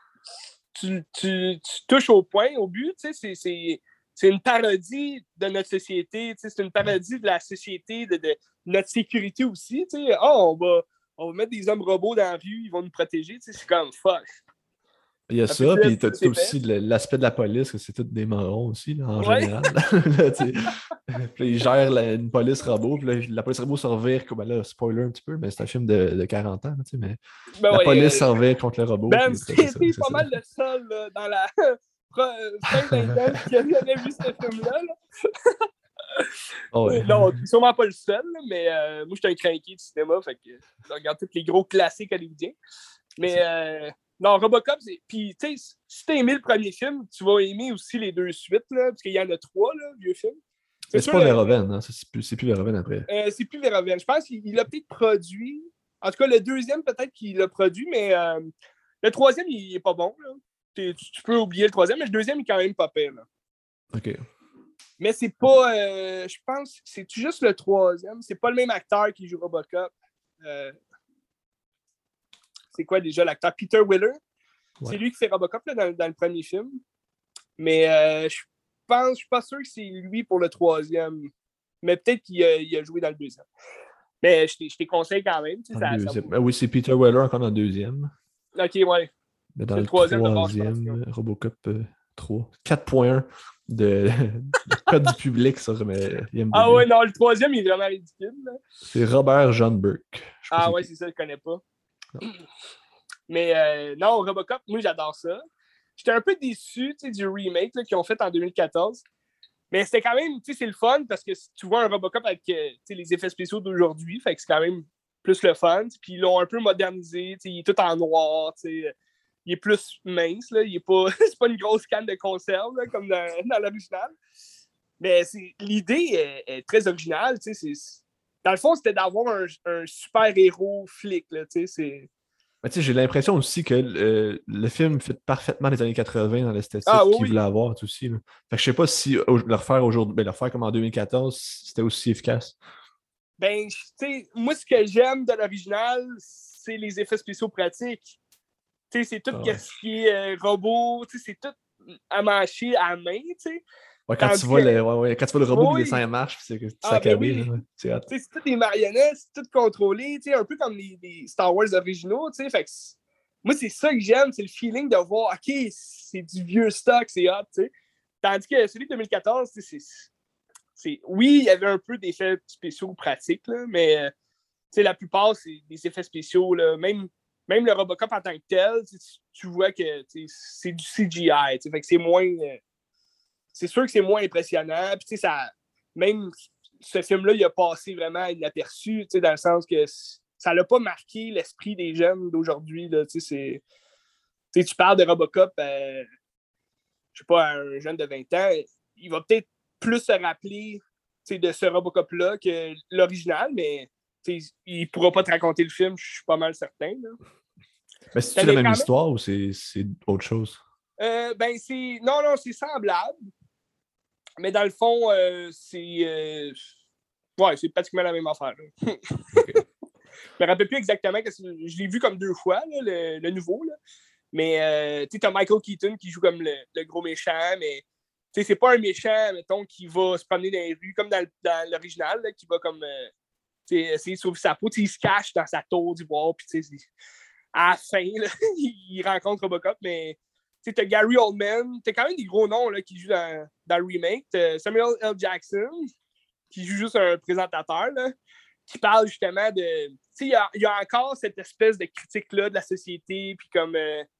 Speaker 1: Tu touches au point, au but, c'est une parodie de notre société, c'est une parodie de la société, de notre sécurité aussi. Oh, on va mettre des hommes robots dans la rue, ils vont nous protéger. C'est comme fuck.
Speaker 2: Il y a ça, puis tu as aussi l'aspect de la police, que c'est tous des morons aussi, là, en général. Puis ils gèrent une police robot, puis là, la police robot se revire, comme là, spoiler un petit peu, mais c'est un film de 40 ans, mais la police se revire contre le robot.
Speaker 1: Ben, c'est pas mal le seul là, dans la fin d'un qui a jamais vu ce film-là. Oh, ouais. Non, sûrement pas le seul, mais moi, j'étais un crinqué du cinéma, fait que je regarde tous les gros classiques hollywoodiens. Mais non, Robocop, c'est. Puis, tu sais, si t'as aimé le premier film, tu vas aimer aussi les deux suites, là, parce qu'il y en a 3, là, vieux films.
Speaker 2: Mais c'est pas Verhoeven, hein? C'est plus Verhoeven après.
Speaker 1: C'est plus Verhoeven. Je pense qu'il l'a peut-être produit. En tout cas, le deuxième, peut-être qu'il l'a produit, mais le troisième, il est pas bon. Là. Tu peux oublier le troisième, mais le deuxième, il est quand même pas pire. Là.
Speaker 2: OK.
Speaker 1: Mais c'est pas. Je pense c'est juste le troisième. C'est pas le même acteur qui joue Robocop. C'est quoi déjà l'acteur? Peter Weller. Ouais. C'est lui qui fait Robocop là, dans le premier film. Mais je suis pas sûr que c'est lui pour le troisième. Mais peut-être qu'il a joué dans le deuxième. Mais je te conseille quand même.
Speaker 2: Oui, c'est Peter Weller encore dans le deuxième.
Speaker 1: OK, ouais.
Speaker 2: Mais dans le troisième Robocop 3. 4.1 de code du public sur IMDb.
Speaker 1: Ah ouais, non, le troisième, il est vraiment ridicule. Là.
Speaker 2: C'est Robert John Burke.
Speaker 1: Ah ouais, c'est ça, je connais pas. Non. Mais non, Robocop, moi, j'adore ça. J'étais un peu déçu du remake qu'ils ont fait en 2014. Mais c'était quand même, c'est le fun parce que tu vois un Robocop avec les effets spéciaux d'aujourd'hui, fait que c'est quand même plus le fun. Puis ils l'ont un peu modernisé, il est tout en noir, il est plus mince, là, il est pas, c'est pas une grosse canne de conserve là, comme dans l'original. Mais l'idée est très originale, dans le fond, c'était d'avoir un super-héros flic, là, c'est...
Speaker 2: J'ai l'impression aussi que le film fit parfaitement les années 80 dans l'esthétique qu'il voulait avoir aussi. Là. Fait que je sais pas si le refaire aujourd'hui, le refaire comme en 2014, c'était aussi efficace.
Speaker 1: Ben, moi, ce que j'aime de l'original, c'est les effets spéciaux pratiques. C'est tout ce qui est robot, c'est tout amanché à main,
Speaker 2: Ouais, quand tu vois le robot qui descend et marche, c'est saccadé.
Speaker 1: C'est tout des marionnettes, c'est tout contrôlé, un peu comme les Star Wars originaux. Fait que moi, c'est ça que j'aime, c'est le feeling de voir, OK, c'est du vieux stock, c'est hot. T'sais. Tandis que celui de 2014, oui, il y avait un peu d'effets spéciaux pratiques, là, mais la plupart, c'est des effets spéciaux. Là, même le Robocop en tant que tel, tu vois que c'est du CGI. Fait que c'est moins. C'est sûr que c'est moins impressionnant. Puis, même ce film-là, il a passé vraiment inaperçu, dans le sens que ça l'a pas marqué l'esprit des jeunes d'aujourd'hui. Là, tu parles de Robocop, je sais pas, à un jeune de 20 ans, il va peut-être plus se rappeler de ce Robocop-là que l'original, mais il pourra pas te raconter le film, je suis pas mal certain. Là.
Speaker 2: Mais c'est-tu la même histoire ou c'est autre chose?
Speaker 1: Ben, non, c'est semblable. Mais dans le fond, c'est Ouais, c'est pratiquement la même affaire. Okay. Je me rappelle plus exactement, je l'ai vu comme 2 fois, là, le nouveau. Là. Mais tu as Michael Keaton qui joue comme le gros méchant, mais c'est pas un méchant, mettons, qui va se promener dans les rues, comme dans l'original, là, qui va comme essayer de sauver sa peau. Il se cache dans sa tour d'ivoire, puis à la fin, là, il rencontre Robocop, mais t'as Gary Oldman, t'as quand même des gros noms là, qui jouent dans le remake. T'as Samuel L. Jackson, qui joue juste un présentateur, là, qui parle justement de... Il y a encore cette espèce de critique-là de la société, puis comme...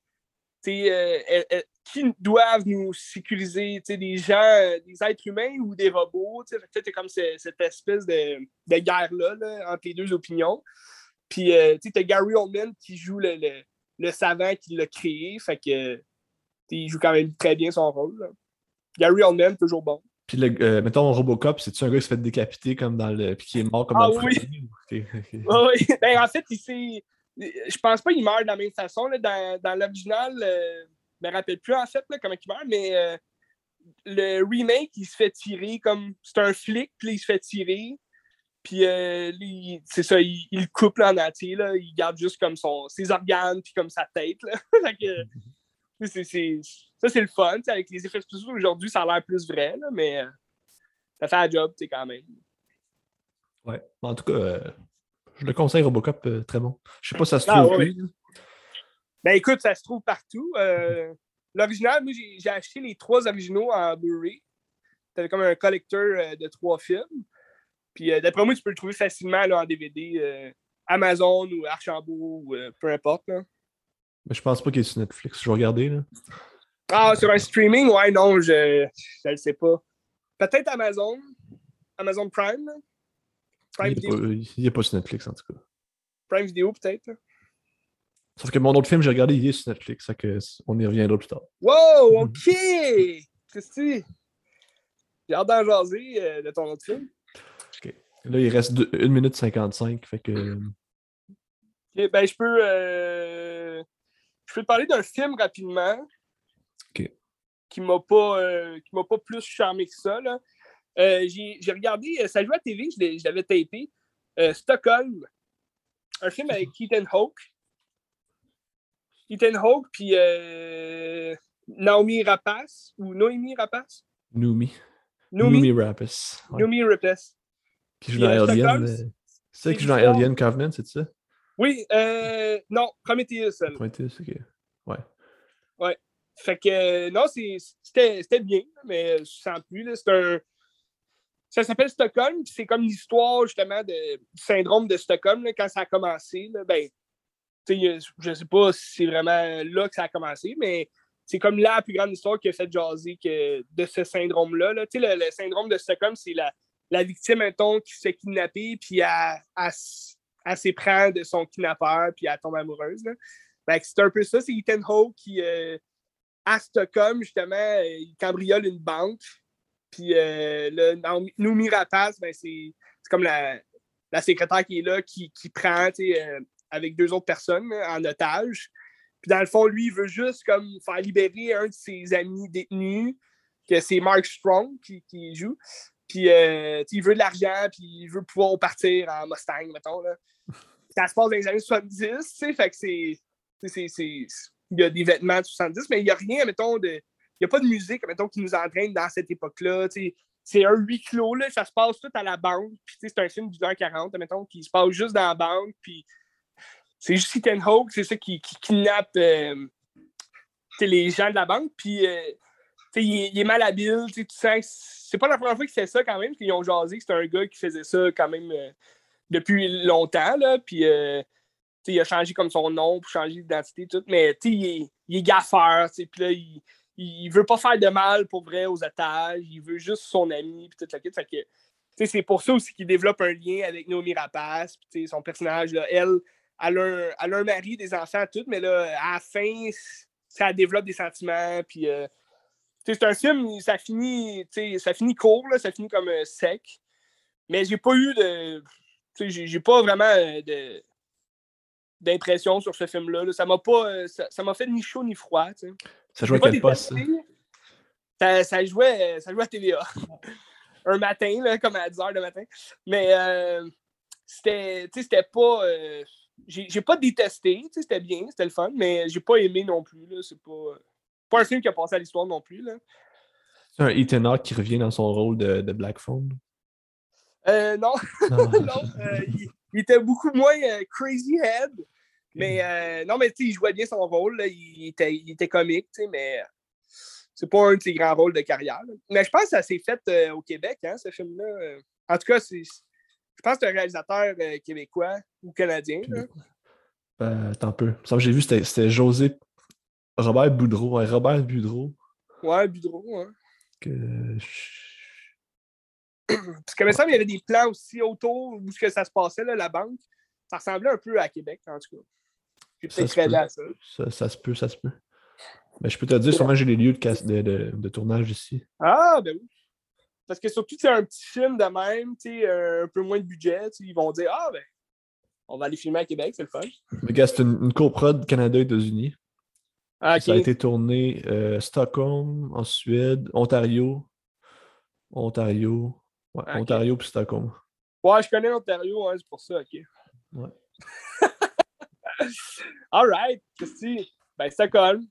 Speaker 1: qui doivent nous sécuriser, des gens, des êtres humains ou des robots. T'as comme cette espèce de guerre-là là, entre les deux opinions. Puis, t'as Gary Oldman qui joue le savant qui l'a créé. Fait que, il joue quand même très bien son rôle. Là. Gary Oldman, toujours bon.
Speaker 2: Puis, mettons, Robocop, c'est-tu un gars qui se fait décapiter comme dans le. Puis qui est mort comme dans le premier?
Speaker 1: Okay. Oui, ben, en fait, je pense pas qu'il meurt de la même façon. Là. Dans l'original, je me rappelle plus en fait là, comment il meurt, mais le remake, il se fait tirer comme. C'est un flic, puis il se fait tirer. Puis, c'est ça, il le coupe là, en entier. Là. Il garde juste comme ses organes, puis comme sa tête. Là. Ça, c'est le fun. Avec les effets spéciaux aujourd'hui, ça a l'air plus vrai, là, mais ça fait un job quand même.
Speaker 2: Ouais. En tout cas, je le conseille, Robocop, très bon. Je sais pas si ça se trouve plus.
Speaker 1: Ben écoute, ça se trouve partout. L'original, moi, j'ai acheté les 3 originaux en Blu-ray. C'était comme un collector de 3 films. Puis d'après moi, tu peux le trouver facilement là, en DVD, Amazon ou Archambault ou peu importe. Là.
Speaker 2: Mais je pense pas qu'il est sur Netflix. Je vais regarder. Là.
Speaker 1: Ah, sur un streaming? Ouais, non, je le sais pas. Peut-être Amazon. Amazon Prime. Là.
Speaker 2: Prime Vidéo. Il n'est pas sur Netflix, en tout cas.
Speaker 1: Prime Vidéo, peut-être. Là.
Speaker 2: Sauf que mon autre film, j'ai regardé, il est sur Netflix. On y reviendra plus tard.
Speaker 1: Wow, OK! Christy! J'ai hâte d'en jaser de ton autre film.
Speaker 2: OK. Là, il reste 1 minute 55. Fait que...
Speaker 1: OK, ben, je peux te parler d'un film rapidement.
Speaker 2: OK.
Speaker 1: Qui m'a pas plus charmé que ça. Là. J'ai regardé, ça jouait à TV, je l'avais tapé. Stockholm, un film avec Ethan Hawke. Ethan Hawke, puis Naomi Rapace, ou Noémie Rapace?
Speaker 2: Noémie Rapace.
Speaker 1: Ouais. Noémie Rapace.
Speaker 2: Qui joue dans Alien. C'est qui joue dans Alien Covenant, c'est ça? Oui,
Speaker 1: non, Prometheus.
Speaker 2: Prometheus, OK. Ouais.
Speaker 1: Ouais. Fait que, non, c'était bien, mais je sens plus. Là, ça s'appelle Stockholm, puis c'est comme l'histoire, justement, du syndrome de Stockholm, là, quand ça a commencé. Là, ben, je sais pas si c'est vraiment là que ça a commencé, mais c'est comme la plus grande histoire qui a fait jaser de ce syndrome-là. Là. Le syndrome de Stockholm, c'est la victime, mettons, qui se fait kidnapper, puis elle s'éprend de son kidnappeur, puis elle tombe amoureuse. Là. Ben, c'est un peu ça. C'est Ethan Hawke qui, à Stockholm, justement, il cambriole une banque. Puis Noémie Rapace, ben, c'est comme la secrétaire qui est là, qui prend avec 2 autres personnes là, en otage. Puis dans le fond, lui, il veut juste comme faire libérer un de ses amis détenus, que c'est Mark Strong qui joue. Puis il veut de l'argent, puis il veut pouvoir partir en Mustang, mettons. Là. Ça se passe dans les années 70, tu sais, fait que c'est il y a des vêtements de 70, mais il n'y a rien, mettons, il n'y a pas de musique, mettons, qui nous entraîne dans cette époque-là. C'est un huis clos, là, ça se passe tout à la banque. Puis c'est un film d'1h40, mettons, qui se passe juste dans la banque. Puis c'est juste Ethan Hawke, c'est ça qui kidnappe les gens de la banque. Puis il est malhabile. Tu sens que c'est pas la première fois qu'il fait ça quand même. Ils ont jasé que c'est un gars qui faisait ça quand même depuis longtemps. Là, puis il a changé comme son nom pour changer d'identité, tout, mais il est gaffeur, puis là, il veut pas faire de mal pour vrai aux otages, il veut juste son ami, puis toute la kit. Fait que, c'est pour ça aussi qu'il développe un lien avec Naomi Rapace, puis son personnage, là, elle a un mari, des enfants, tout, mais là, à la fin, ça développe des sentiments, puis c'est un film, ça finit court, là, ça finit comme sec, mais j'ai pas eu de... J'ai pas vraiment d'impression sur ce film-là. Là. Ça m'a fait ni chaud ni froid. T'sais.
Speaker 2: Ça jouait à quel poste?
Speaker 1: Ça jouait à TVA. un matin, là, comme à 10h le matin. Mais c'était pas... j'ai pas détesté, c'était bien, c'était le fun, mais j'ai pas aimé non plus. Là, c'est pas un film qui a passé à l'histoire non plus. Là.
Speaker 2: C'est un Ethan Hawke qui revient dans son rôle de Black Phone.
Speaker 1: Non,
Speaker 2: Non.
Speaker 1: non il était beaucoup moins crazy head. Mais non, mais tu sais, il jouait bien son rôle. Là. Il était comique, mais c'est pas un de ses grands rôles de carrière. Là. Mais je pense que ça s'est fait au Québec, hein, ce film-là. En tout cas, je pense que c'est un réalisateur québécois ou canadien.
Speaker 2: Attends un peu. Ça, j'ai vu, c'était Robert Boudreau. Ouais, Robert Boudreau.
Speaker 1: Ouais, Budreau. Hein.
Speaker 2: Que...
Speaker 1: Parce que, me semble, il y avait des plans aussi autour où ça se passait, là, la banque. Ça ressemblait un peu à Québec, en tout cas. J'ai peut-être créé à ça.
Speaker 2: Ça se peut. Mais je peux te dire, sûrement, j'ai les lieux de tournage ici.
Speaker 1: Ah, ben oui. Parce que surtout, c'est un petit film de même, un peu moins de budget. Ils vont dire, ah, ben, on va aller filmer à Québec, c'est le fun.
Speaker 2: Mais gars, c'est une coprod Canada-États-Unis.
Speaker 1: Ah,
Speaker 2: Ça a été tourné Stockholm, en Suède, Ontario. Ouais, okay. Ontario puis Stockholm.
Speaker 1: Ouais, je connais l'Ontario, hein, c'est pour ça, ok.
Speaker 2: Ouais.
Speaker 1: All right, Christy. Ben, Stockholm.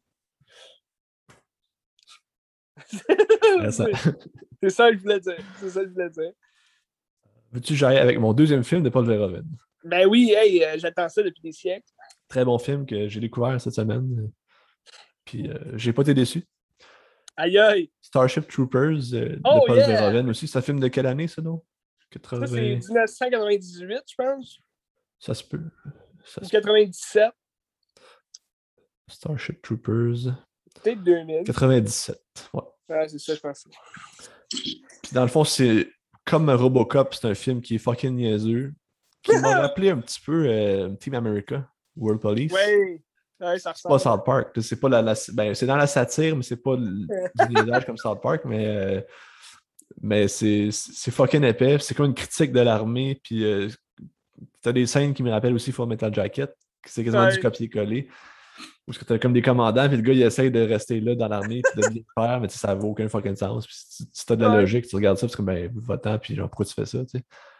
Speaker 1: C'est ça que je voulais dire.
Speaker 2: Veux-tu que j'aille avec mon deuxième film de Paul Verhoeven?
Speaker 1: Ben oui, hey, j'attends ça depuis des siècles.
Speaker 2: Très bon film que j'ai découvert cette semaine. Puis j'ai pas été déçu.
Speaker 1: Aïe aïe!
Speaker 2: Starship Troopers de Paul Verhoeven aussi. C'est un film de quelle année, ça, non?
Speaker 1: 80... Ça, c'est 1998, je pense.
Speaker 2: Ça se peut.
Speaker 1: Ou 97.
Speaker 2: Starship Troopers.
Speaker 1: Peut-être 2000.
Speaker 2: 97, ouais.
Speaker 1: Ouais, c'est ça, je pense.
Speaker 2: Puis dans le fond, c'est comme Robocop, c'est un film qui est fucking niaiseux. Qui m'a rappelé un petit peu Team America, World Police.
Speaker 1: Oui. Ouais, ça
Speaker 2: c'est pas South Park. C'est pas ben, c'est dans la satire, mais c'est pas du niaisage comme South Park, mais c'est fucking épais. C'est comme une critique de l'armée. Puis t'as des scènes qui me rappellent aussi Full Metal Jacket. C'est quasiment du copier-coller. Parce que t'as comme des commandants, puis le gars, il essaye de rester là dans l'armée, puis de bien faire, mais ça vaut aucun fucking sens. Puis si t'as de la logique, tu regardes ça, parce que ben, va-t'en, puis genre, pourquoi tu fais ça, tu sais.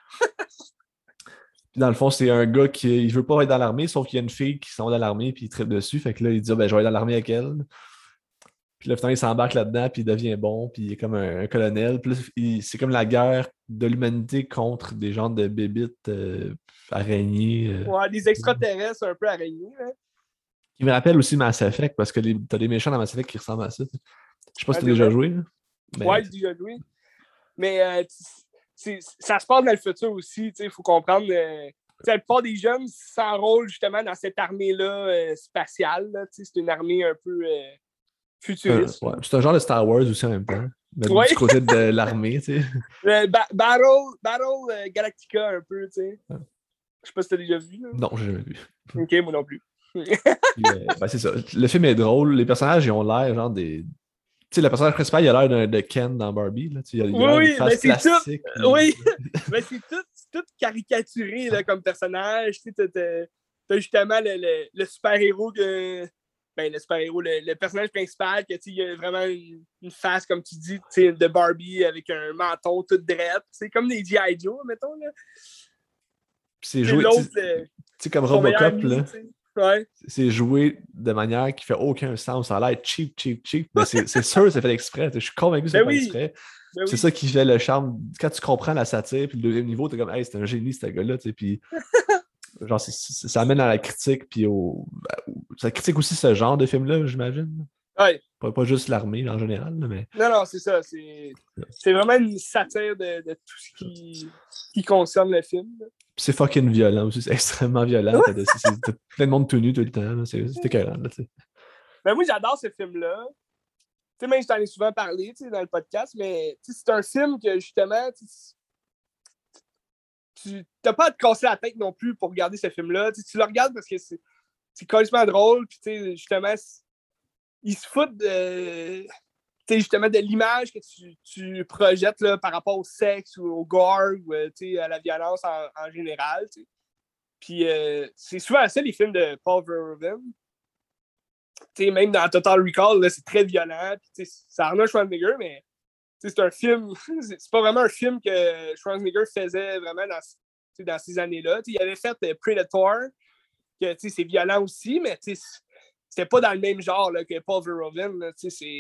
Speaker 2: Puis dans le fond, c'est un gars qui il veut pas être dans l'armée, sauf qu'il y a une fille qui sont dans l'armée, puis il tripe dessus. Fait que là, il dit, ben, je vais aller dans l'armée avec elle. Puis là, il s'embarque là-dedans, puis il devient bon, puis il est comme un colonel. Puis là, c'est comme la guerre de l'humanité contre des genres de bébites araignées.
Speaker 1: Ouais, des extraterrestres un peu araignées, hein.
Speaker 2: Il me rappelle aussi Mass Effect, parce que t'as des méchants dans Mass Effect qui ressemblent à ça. Je sais pas si t'as déjà joué. Là,
Speaker 1: mais... Ouais, j'ai déjà joué. Mais ça se passe dans le futur aussi. Il faut comprendre. La plupart des jeunes s'enrôlent justement dans cette armée-là spatiale. Là, c'est une armée un peu futuriste.
Speaker 2: Ouais. C'est un genre de Star Wars aussi en même temps. Mais du côté de l'armée.
Speaker 1: Battle Galactica un peu. Ouais. Je sais pas si t'as déjà vu. Là.
Speaker 2: Non, j'ai jamais vu.
Speaker 1: Ok, moi non plus.
Speaker 2: Ben, c'est ça. Le film est drôle. Les personnages, ils ont l'air genre des. Tu sais, le personnage principal, il a l'air de Ken dans Barbie. Là. Il a
Speaker 1: oui, mais c'est
Speaker 2: plastique,
Speaker 1: tout. Oui, mais c'est tout caricaturé là, comme personnage. Tu as justement le super-héros le super-héros, le personnage principal, il a vraiment une face, comme tu dis, de Barbie avec un menton tout drette. C'est comme des G.I. Joe, mettons. Là.
Speaker 2: C'est joué. Tu sais, comme Robocop, là.
Speaker 1: Ouais.
Speaker 2: C'est joué de manière qui fait aucun sens. Ça a l'air cheap. Mais c'est sûr que c'est fait exprès. Je suis convaincu que c'est fait exprès. C'est ça qui fait le charme. Quand tu comprends la satire, puis le deuxième niveau, t'es comme, hey, c'est un génie, ce gars-là. Puis, genre, ça amène à la critique, puis ça critique aussi ce genre de film-là, j'imagine.
Speaker 1: Ouais.
Speaker 2: Pas juste l'armée en général, mais.
Speaker 1: Non, c'est ça. C'est vraiment une satire de tout ce qui concerne le film.
Speaker 2: C'est fucking violent aussi, c'est extrêmement violent. T'as plein de monde tout nu tout le temps. C'est écœurant.
Speaker 1: Ben moi, j'adore ce film-là. Tu sais, même je t'en ai souvent parlé dans le podcast, mais c'est un film que justement, tu n'as pas à te casser la tête non plus pour regarder ce film-là. Tu le regardes parce que c'est complètement drôle, puis justement, il se fout justement de l'image que tu projettes là, par rapport au sexe ou au gore ou à la violence en général. T'sais. Puis c'est souvent ça les films de Paul Verhoeven. Même dans Total Recall, là, c'est très violent. Puis, c'est Arnold Schwarzenegger, mais c'est un film, c'est pas vraiment un film que Schwarzenegger faisait vraiment dans ces années-là. Il avait fait Predator, que c'est violent aussi, mais c'était pas dans le même genre là, que Paul Verhoeven. Là,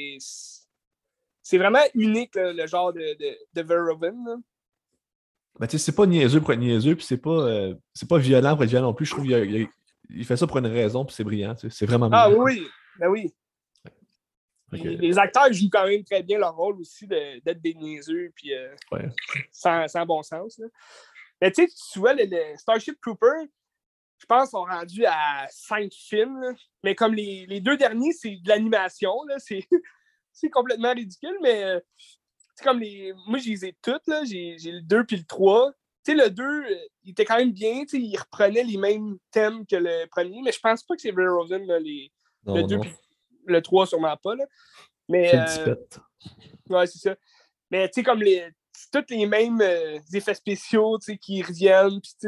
Speaker 1: c'est vraiment unique là, le genre de Verhoeven. Là.
Speaker 2: Ben, tu sais, c'est pas niaiseux pour être niaiseux, puis c'est pas violent pour être violent non plus. Je trouve qu'il fait ça pour une raison, puis c'est brillant. C'est vraiment
Speaker 1: Ah
Speaker 2: brillant.
Speaker 1: oui, ben oui.
Speaker 2: Okay.
Speaker 1: Les acteurs jouent quand même très bien leur rôle aussi d'être des niaiseux, puis sans bon sens. Là. Mais tu sais, tu vois, le Starship Trooper, je pense, sont rendus à 5 films. Là. Mais comme les 2 derniers, c'est de l'animation. Là, c'est complètement ridicule, mais c'est comme moi, je les ai toutes. Là. J'ai le 2 puis le 3. Tu sais, le 2, il était quand même bien. Il reprenait les mêmes thèmes que le premier, mais je pense pas que c'est Verhoeven, là, le 2 puis le 3, sûrement pas. Là. Mais,
Speaker 2: c'est disipette.
Speaker 1: Ouais, c'est ça. Mais tu sais, comme tous les mêmes effets spéciaux qui reviennent, puis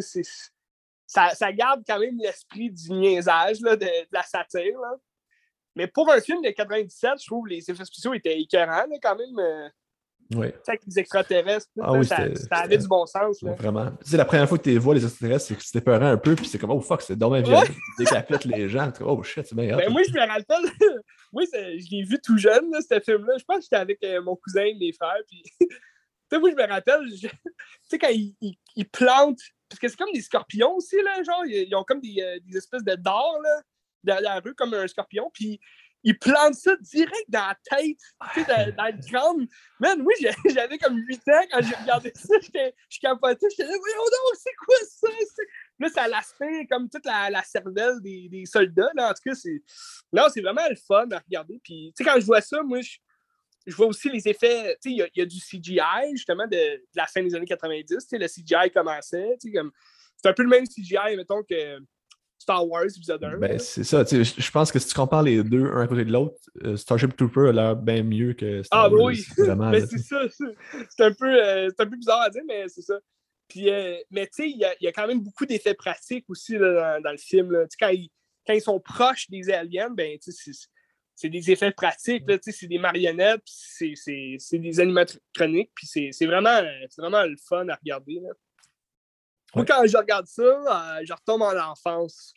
Speaker 1: ça garde quand même l'esprit du niaisage, là, de la satire. Là. Mais pour un film de 97, je trouve les effets spéciaux étaient écœurants, là, quand même.
Speaker 2: Oui.
Speaker 1: Avec les extraterrestres,
Speaker 2: oui,
Speaker 1: ça avait du bon sens. Là.
Speaker 2: Vraiment. Tu sais, la première fois que tu les vois, les extraterrestres, c'est que c'était peurant un peu, puis c'est comme, oh fuck, c'est dommage violent. Ils décapitent les gens. Oh shit, c'est bien
Speaker 1: ben, moi, je me rappelle, je l'ai vu tout jeune, là, ce film-là. Je pense que j'étais avec mon cousin et mes frères, puis moi, je me rappelle, tu sais, quand ils plantent, parce que c'est comme des scorpions aussi, là, genre, ils ont comme des espèces de dards, là, dans la rue, comme un scorpion, puis ils plantent ça direct dans la tête, tu sais, dans le crâne. Man, moi, j'avais comme 8 ans quand j'ai regardé ça, je capotais, j'étais là, voyons donc, c'est quoi ça? Là, ça l'aspect comme toute la cervelle des soldats, là, en tout cas, c'est vraiment le fun à regarder, puis, tu sais, quand je vois ça, moi, je vois aussi les effets, tu sais, il y a du CGI, justement, de la fin des années 90, tu sais, le CGI commençait, tu sais, comme, c'est un peu le même CGI, mettons, que Star Wars épisode 1.
Speaker 2: Ben, c'est ça, tu sais, je pense que si tu compares les deux, un à côté de l'autre, Starship Trooper a l'air bien mieux que Star Wars.
Speaker 1: Oui,
Speaker 2: vraiment.
Speaker 1: Mais c'est ça, c'est un peu bizarre à dire, mais c'est ça. Puis, mais tu sais, il y a quand même beaucoup d'effets pratiques aussi là, dans le film. Là. Quand ils sont proches des aliens, ben, tu sais, c'est des effets pratiques, là, c'est des marionnettes, c'est des animatroniques, puis c'est vraiment le fun à regarder. Là. Moi, quand je regarde ça, je retombe en enfance.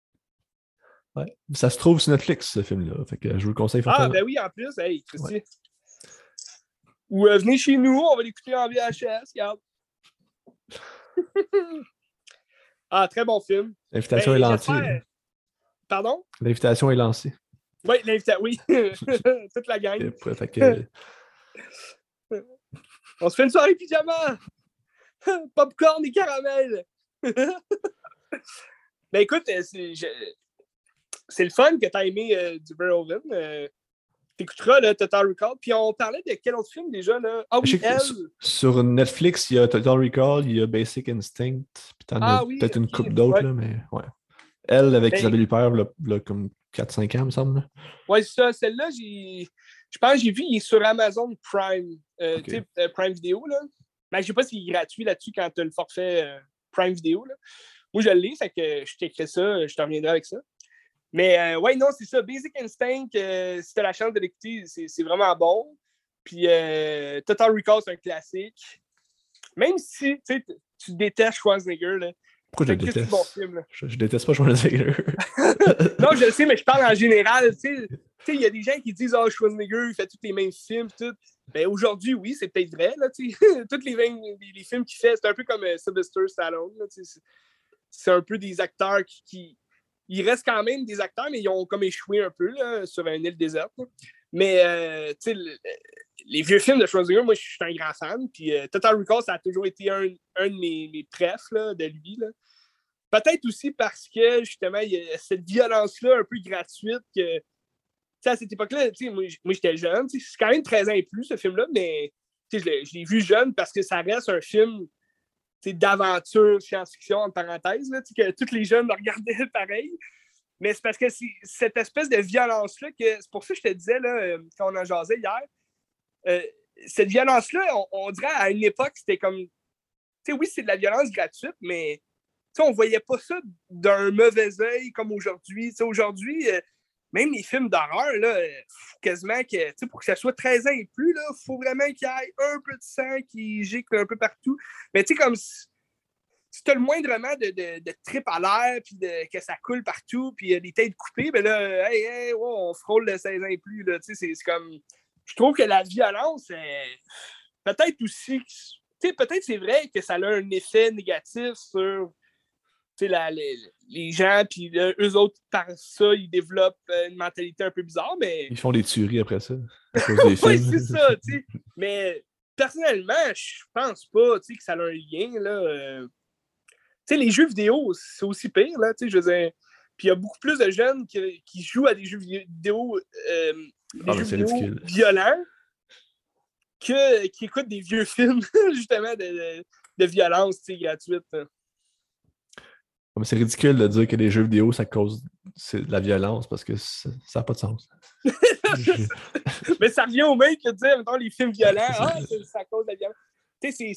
Speaker 2: Ouais. Ça se trouve sur Netflix, ce film-là. Fait que je vous le conseille fortement.
Speaker 1: Ben oui, en plus, hey, Christy. Ouais. Ou venez chez nous, on va l'écouter en VHS, regarde. Très bon film.
Speaker 2: L'invitation est lancée.
Speaker 1: Pardon?
Speaker 2: L'invitation est lancée.
Speaker 1: Oui, oui. Toute la gang.
Speaker 2: Fait que...
Speaker 1: On se fait une soirée pyjama! Popcorn et caramel! Ben écoute, c'est le fun que tu as aimé du Verhoeven. T'écouteras le Total Recall. Puis on parlait de quel autre film déjà? Là? Ah oui, Elle!
Speaker 2: Sur Netflix, il y a Total Recall, il y a Basic Instinct, puis t'en as peut-être une couple d'autres, là, mais ouais. Elle, avec Isabelle Huppert, là, comme 4-5 ans, me semble.
Speaker 1: Oui, c'est ça. Celle-là, je pense que j'ai vu, il est sur Amazon Prime. Tu sais, Prime Video, là. Mais je sais pas s'il est gratuit là-dessus quand tu as le forfait Prime Video, là. Moi, je l'ai, fait que je t'écris ça, je te reviendrai avec ça. Mais ouais, non, c'est ça. Basic Instinct, si tu as la chance de l'écouter, c'est vraiment bon. Puis Total Recall, c'est un classique. Même si tu détestes Schwarzenegger, là.
Speaker 2: Pourquoi je le déteste?
Speaker 1: Bon film,
Speaker 2: je déteste pas Schwarzenegger.
Speaker 1: Non, je le sais, mais je parle en général. Tu sais, il y a des gens qui disent Schwarzenegger, il fait tous les mêmes films, tout. Ben, aujourd'hui, oui, c'est peut-être vrai. Là, tous les films qu'il fait, c'est un peu comme Sylvester Stallone. Là, c'est un peu des acteurs qui ils restent quand même des acteurs, mais ils ont comme échoué un peu là, sur une île déserte. Là. Mais les vieux films de Schwarzenegger, moi, je suis un grand fan. Puis Total Recall, ça a toujours été un de mes préfs là, de lui. Là. Peut-être aussi parce que, justement, il y a cette violence-là un peu gratuite que, à cette époque-là, moi, j'étais jeune. C'est quand même 13 ans et plus, ce film-là, mais je l'ai vu jeune parce que ça reste un film d'aventure, science-fiction, en parenthèse, là, que tous les jeunes le regardaient pareil. Mais c'est parce que c'est cette espèce de violence-là que c'est pour ça que je te disais, là, quand on en jasait hier, cette violence-là, on dirait à une époque, c'était comme, oui, c'est de la violence gratuite, mais on voyait pas ça d'un mauvais œil comme aujourd'hui. Aujourd'hui, même les films d'horreur, là, faut quasiment que, tu sais, pour que ça soit 13 ans et plus, là, faut vraiment qu'il y ait un peu de sang qui gicle un peu partout. Mais tu sais, comme si tu as le moindrement de trip à l'air, puis que ça coule partout, puis il y a des têtes coupées, ben là, hey, on frôle le 16 ans et plus, là, tu sais, c'est comme... Je trouve que la violence, peut-être aussi... Tu sais, peut-être c'est vrai que ça a un effet négatif sur les gens, puis eux autres, par ça, ils développent une mentalité un peu bizarre, mais...
Speaker 2: Ils font des tueries après ça, à cause des
Speaker 1: Oui,
Speaker 2: films.
Speaker 1: c'est ça, tu sais. Mais personnellement, je pense pas, tu sais, que ça a un lien, là. Tu sais, les jeux vidéo, c'est aussi pire, là, tu sais, je veux dire. Puis il y a beaucoup plus de jeunes qui jouent à des jeux vidéo,
Speaker 2: Ah, mais c'est ridicule.
Speaker 1: violents qui écoutent des vieux films, justement, de violence, tu sais, gratuite.
Speaker 2: Ah, mais c'est ridicule de dire que les jeux vidéo, ça cause de la violence parce que ça n'a pas de sens.
Speaker 1: Mais ça revient au même que de dire, mettons, les films violents, ça cause de la violence. Tu sais,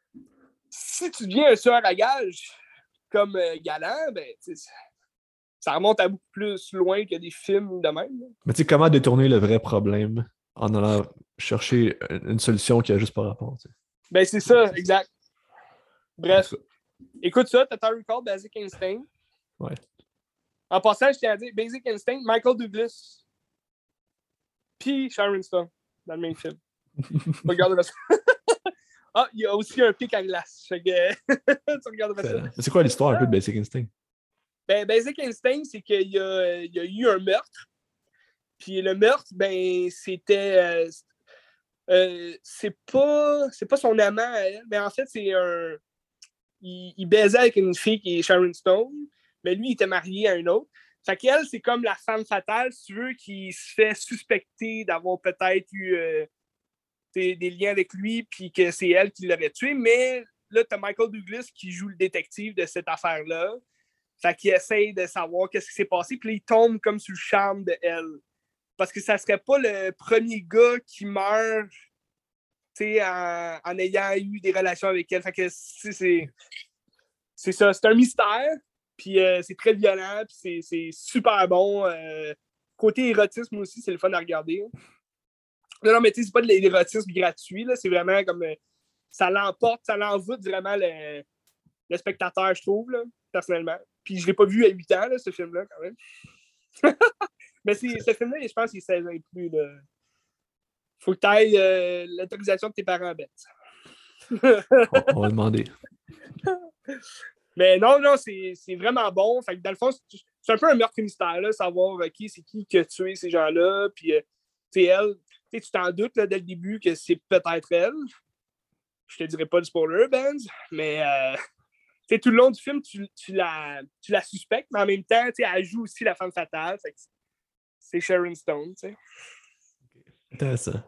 Speaker 1: si tu deviens un tueur à gage comme Galant, ben, ça remonte à beaucoup plus loin que des films de même. Là.
Speaker 2: Mais tu sais, comment détourner le vrai problème en allant chercher une solution qui a juste pas rapport? T'sais.
Speaker 1: Ben, c'est ça, exact. Bref, écoute ça, Total Recall, Basic Instinct.
Speaker 2: Ouais.
Speaker 1: En passant, je tiens à dire, Basic Instinct, Michael Douglas, puis Sharon Stone, dans le même film. Regarde ça. Ah, il y a aussi un pic à glace. Fait que tu regarderas ça.
Speaker 2: C'est quoi l'histoire un peu de Basic Instinct?
Speaker 1: Ben, Basic Instinct, c'est qu'il y a eu un meurtre. Puis le meurtre, ben, c'était. C'est pas son amant à elle, mais en fait, c'est un. Il baisait avec une fille qui est Sharon Stone, mais lui, il était marié à une autre. Fait qu'elle, c'est comme la femme fatale, si tu veux, qui se fait suspecter d'avoir peut-être eu des liens avec lui, puis que c'est elle qui l'aurait tué. Mais là, t'as Michael Douglas qui joue le détective de cette affaire-là. Fait qu'il essaye de savoir qu'est-ce qui s'est passé, puis là, il tombe comme sur le charme de elle. Parce que ça serait pas le premier gars qui meurt en ayant eu des relations avec elle. Fait que c'est ça, c'est un mystère, puis c'est très violent, puis c'est super bon. Côté érotisme aussi, c'est le fun à regarder. Non, mais tu sais, c'est pas de l'érotisme gratuit, là, c'est vraiment comme ça l'emporte, ça l'envoûte vraiment le spectateur, je trouve, là, personnellement. Puis je l'ai pas vu à 8 ans, là, ce film-là, quand même. Mais ce film-là, je pense qu'il est 16 ans et plus. Là. Faut que tu ailles l'autorisation de tes parents bêtes.
Speaker 2: On va demander.
Speaker 1: Mais non, c'est vraiment bon. Fait que dans le fond, c'est un peu un meurtre mystère, là, savoir c'est qui a tué ces gens-là. Puis, elle, tu t'en doutes là, dès le début que c'est peut-être elle. Je te dirais pas du spoiler, Benz, mais tout le long du film, tu la suspectes, mais en même temps, elle joue aussi la femme fatale. Fait que c'est Sharon Stone, tu sais.
Speaker 2: Intéressant.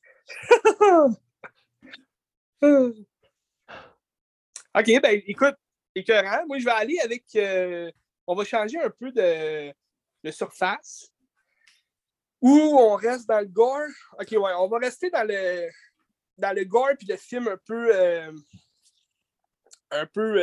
Speaker 1: OK, ben écoute, écœurant. Moi, je vais aller avec... on va changer un peu de surface. Ou on reste dans le gore. OK, ouais, on va rester dans le gore puis le film un peu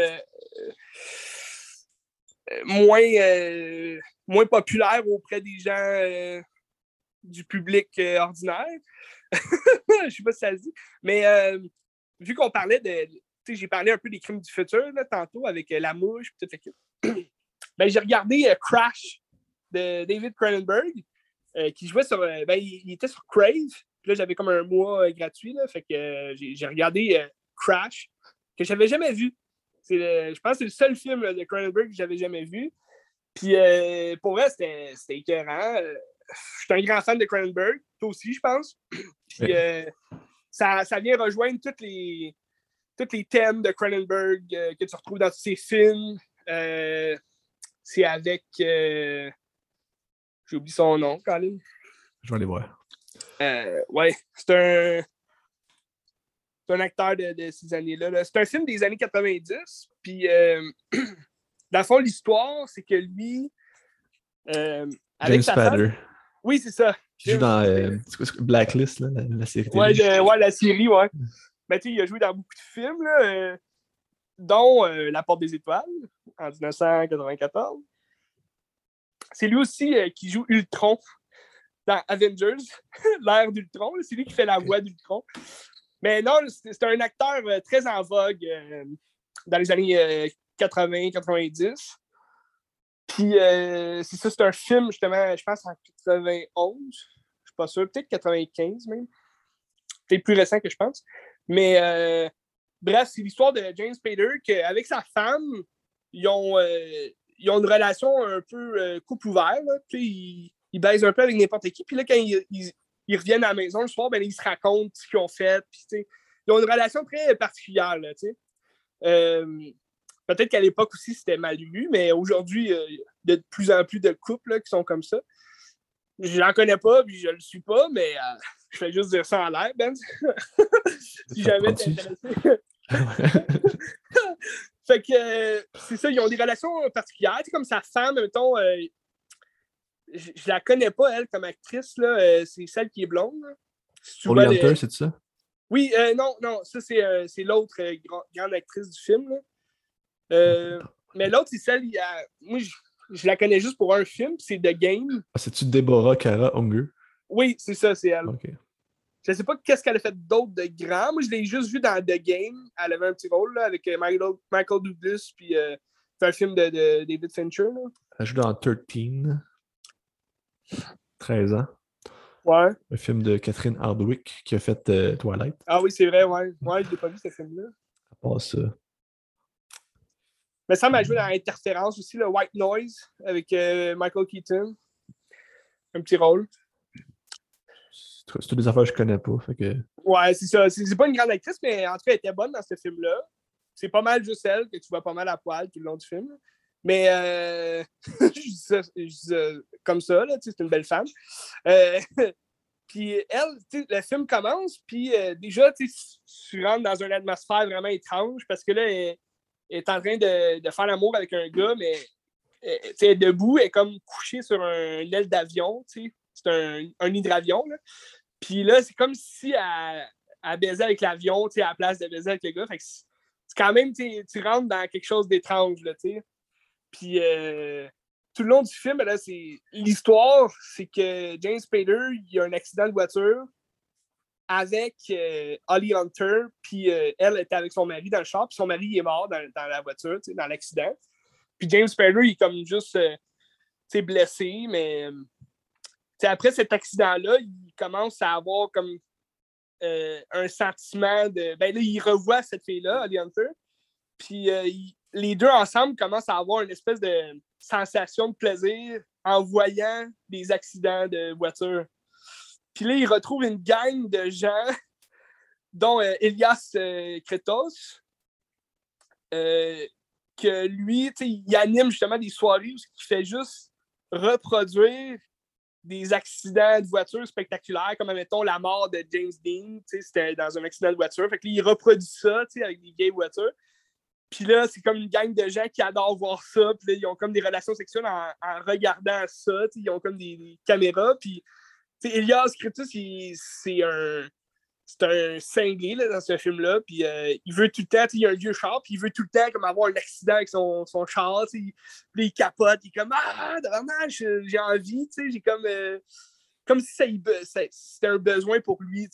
Speaker 1: moins populaire auprès des gens du public ordinaire. Je sais pas si ça se dit. Mais vu qu'on parlait j'ai parlé un peu des crimes du futur là, tantôt avec La Mouche et toute l'équipe. Ben, j'ai regardé Crash de David Cronenberg qui jouait sur. Il était sur Crave. Puis là, j'avais comme un mois gratuit. Là, fait que j'ai regardé Crash que j'avais jamais vu. Je pense que c'est le seul film là, de Cronenberg que j'avais jamais vu. Puis pour vrai, c'était écœurant. Je suis un grand fan de Cronenberg. Toi aussi, je pense. Puis ça vient rejoindre tous les thèmes de Cronenberg que tu retrouves dans tous ses films. C'est avec... j'ai oublié son nom, Colin.
Speaker 2: Je vais aller voir.
Speaker 1: Ouais, c'est un acteur de ces années-là. Là. C'est un film des années 90. Puis, dans le fond, l'histoire, c'est que lui...
Speaker 2: James Spader.
Speaker 1: Oui, c'est ça.
Speaker 2: Qui joue dans Blacklist, là, la série télé.
Speaker 1: Ouais, la série, ouais. Ben, tu sais, il a joué dans beaucoup de films, là, dont La Porte des Étoiles, en 1994. C'est lui aussi qui joue Ultron dans Avengers, l'ère d'Ultron. C'est lui qui fait la voix d'Ultron. Mais non, c'est un acteur très en vogue dans les années 80-90. Puis c'est ça, c'est un film, justement, je pense en 91. Je suis pas sûr, peut-être 95 même. Peut-être plus récent que je pense. Mais bref, c'est l'histoire de James Spader qu'avec sa femme, ils ont une relation un peu couple ouvert. Puis ils baisent un peu avec n'importe qui. Puis là, quand ils reviennent à la maison le soir, ben, ils se racontent ce qu'ils ont fait. Puis, ils ont une relation très particulière. Là, peut-être qu'à l'époque aussi, c'était mal vu, mais aujourd'hui, il y a de plus en plus de couples là, qui sont comme ça. Je n'en connais pas, puis je le suis pas, mais je fais juste dire ça en l'air, Ben. Si jamais t'es intéressé. Fait que c'est ça, ils ont des relations particulières. C'est comme sa femme, mettons, je la connais pas, elle, comme actrice, là. C'est celle qui est blonde. Si
Speaker 2: Holly Hunter, c'est ça?
Speaker 1: Oui, non, ça, c'est l'autre grande actrice du film, là. Mais l'autre, c'est celle, moi, je la connais juste pour un film, c'est The Game.
Speaker 2: Ah, c'est-tu Deborah Kara Unger?
Speaker 1: Oui, c'est ça, c'est elle.
Speaker 2: OK.
Speaker 1: Je sais pas qu'est-ce qu'elle a fait d'autre de grand. Moi, je l'ai juste vu dans The Game. Elle avait un petit rôle là, avec Michael Douglas, puis c'est un film de David Fincher. Là.
Speaker 2: Elle joue dans 13 ans.
Speaker 1: Ouais.
Speaker 2: Un film de Catherine Hardwicke qui a fait Twilight.
Speaker 1: Ah oui, c'est vrai, ouais. Ouais, je l'ai pas vu, ce film-là.
Speaker 2: À part ça.
Speaker 1: Mais ça m'a joué dans Interférence aussi, le White Noise, avec Michael Keaton. Un petit rôle.
Speaker 2: C'est toutes des affaires que je connais pas. Fait que...
Speaker 1: Ouais, c'est ça. C'est pas une grande actrice, mais en tout cas, elle était bonne dans ce film-là. C'est pas mal juste elle, que tu vois pas mal à poil tout le long du film. Mais je dis ça comme ça, là, c'est une belle femme. Puis elle, le film commence, puis déjà, tu rentres dans une atmosphère vraiment étrange parce que là, elle est en train de faire l'amour avec un gars, mais elle est debout, elle est comme couchée sur une aile d'avion, c'est un hydravion. Là. Puis là, c'est comme si elle baisait avec l'avion, à la place de baiser avec le gars. Fait que c'est quand même, tu rentres dans quelque chose d'étrange, là, tu sais. Puis tout le long du film, là, l'histoire, c'est que James Spader, il a un accident de voiture avec Holly Hunter, puis elle était avec son mari dans le char, puis son mari il est mort dans la voiture, dans l'accident. Puis James Spader, il est comme juste blessé, mais après cet accident-là, il commence à avoir comme un sentiment de... Ben là, il revoit cette fille-là, Holly Hunter, puis les deux ensemble commencent à avoir une espèce de sensation de plaisir en voyant des accidents de voiture. Puis là, il retrouve une gang de gens, dont Elias Kretos, que lui, il anime justement des soirées où il fait juste reproduire des accidents de voiture spectaculaires, comme, mettons, la mort de James Dean, c'était dans un accident de voiture. Fait que là, il reproduit ça, avec des vieilles voitures. Puis là, c'est comme une gang de gens qui adorent voir ça. Puis là, ils ont comme des relations sexuelles en regardant ça. Ils ont comme des caméras. Puis Elias Kretos, c'est un cinglé là, dans ce film-là. Puis il veut tout le temps, il a un vieux char, puis il veut tout le temps comme avoir un accident avec son char. Puis il capote, il est comme vraiment, j'ai envie. J'ai comme si c'était un besoin pour lui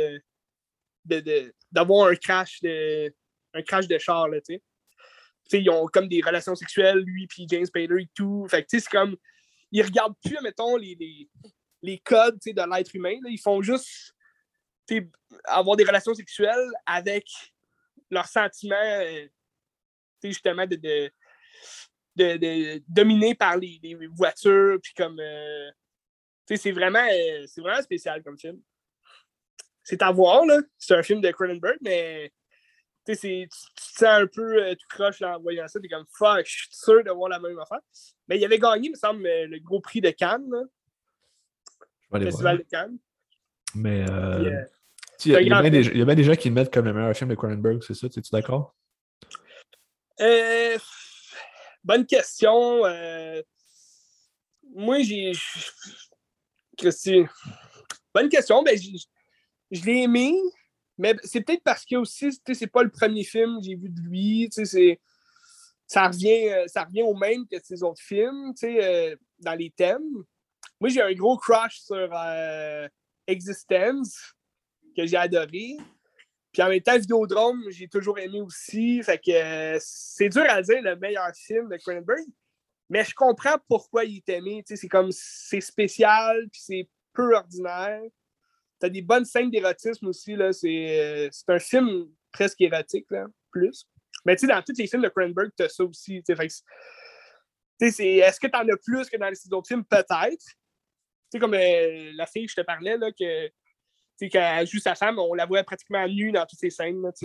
Speaker 1: d'avoir un crash de char. Là, ils ont comme des relations sexuelles, lui puis James Spader et tout. Fait que c'est comme, ils regardent plus, mettons, les codes de l'être humain. Là. Ils font juste avoir des relations sexuelles avec leurs sentiments, justement, de dominés par les voitures. Puis comme, c'est vraiment spécial comme film. C'est à voir, là. C'est un film de Cronenberg, mais tu te sens un peu tout croche là, en voyant ça. T'es comme, fuck, je suis sûr de voir la même affaire. Mais il avait gagné, il me semble, le gros prix de Cannes. Là. Le Festival de Cannes.
Speaker 2: Mais il y a bien des gens qui le mettent comme le meilleur film de Cronenberg, c'est ça? Es-tu d'accord?
Speaker 1: Bonne question. Moi, bonne question. Ben, je l'ai aimé, mais c'est peut-être parce que aussi, c'est pas le premier film que j'ai vu de lui. Ça revient au même que ses autres films. dans les thèmes. Moi, j'ai un gros crush sur Existence, que j'ai adoré. Puis en même temps, Vidéodrome, j'ai toujours aimé aussi. Fait que c'est dur à dire le meilleur film de Cronenberg. Mais je comprends pourquoi il est aimé. C'est comme, c'est spécial, puis c'est peu ordinaire. T'as des bonnes scènes d'érotisme aussi. Là. C'est un film presque érotique, là, plus. Mais tu sais, dans tous les films de Cronenberg, t'as ça aussi. Fait que, est-ce que t'en as plus que dans les autres films? Peut-être. Tu sais, comme la fille que je te parlais, là, que quand elle joue sa femme, on la voit pratiquement nue dans toutes ces scènes. Là,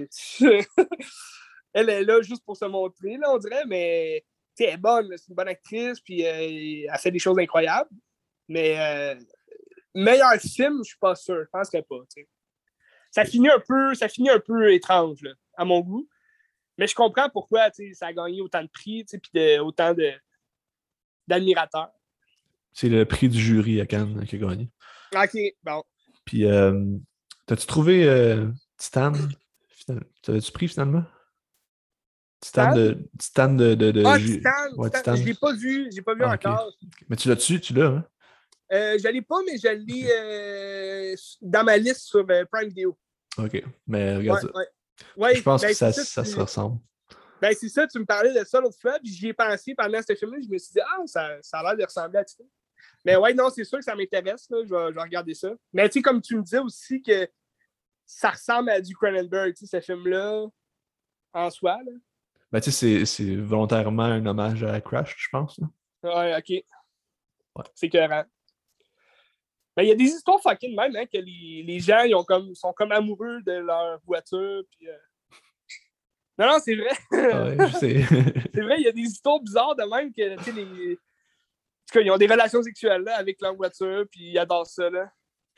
Speaker 1: elle est là juste pour se montrer, là, on dirait, mais elle est bonne, c'est une bonne actrice, puis elle fait des choses incroyables. Mais meilleur film, je suis pas sûr. Je penserais pas. T'sais. Ça finit un peu étrange, là, à mon goût. Mais je comprends pourquoi ça a gagné autant de prix et autant d'admirateurs.
Speaker 2: C'est le prix du jury à Cannes qui a gagné.
Speaker 1: OK, bon.
Speaker 2: Puis, t'as-tu trouvé Titan? T'avais-tu pris finalement? Titan de
Speaker 1: Titan?
Speaker 2: Ouais, Titan.
Speaker 1: Je l'ai pas vu. J'ai pas vu encore.
Speaker 2: Okay. Mais tu l'as, hein?
Speaker 1: Je l'ai pas, mais je l'ai dans ma liste sur Prime Video.
Speaker 2: OK. Mais regarde ça.
Speaker 1: Ouais,
Speaker 2: je pense que ça se ressemble.
Speaker 1: Ben, c'est ça, tu me parlais de ça l'autre fois, puis j'y ai pensé pendant ce film-là. Je me suis dit, ça a l'air de ressembler à Titan. Mais ouais, non, c'est sûr que ça m'intéresse. Là, je vais regarder ça. Mais tu sais, comme tu me disais aussi que ça ressemble à du Cronenberg, ce film-là, en soi. Là.
Speaker 2: Ben, tu sais, c'est volontairement un hommage à Crash, je pense. Là.
Speaker 1: Ouais, OK.
Speaker 2: Ouais.
Speaker 1: C'est écœurant. Ben, il y a des histoires fucking même, hein, que les gens sont comme amoureux de leur voiture. Puis, Non, c'est vrai.
Speaker 2: Ouais, je sais.
Speaker 1: C'est vrai, il y a des histoires bizarres de même que, tu sais, en tout cas, ils ont des relations sexuelles là, avec leur voiture, puis ils adorent ça, là.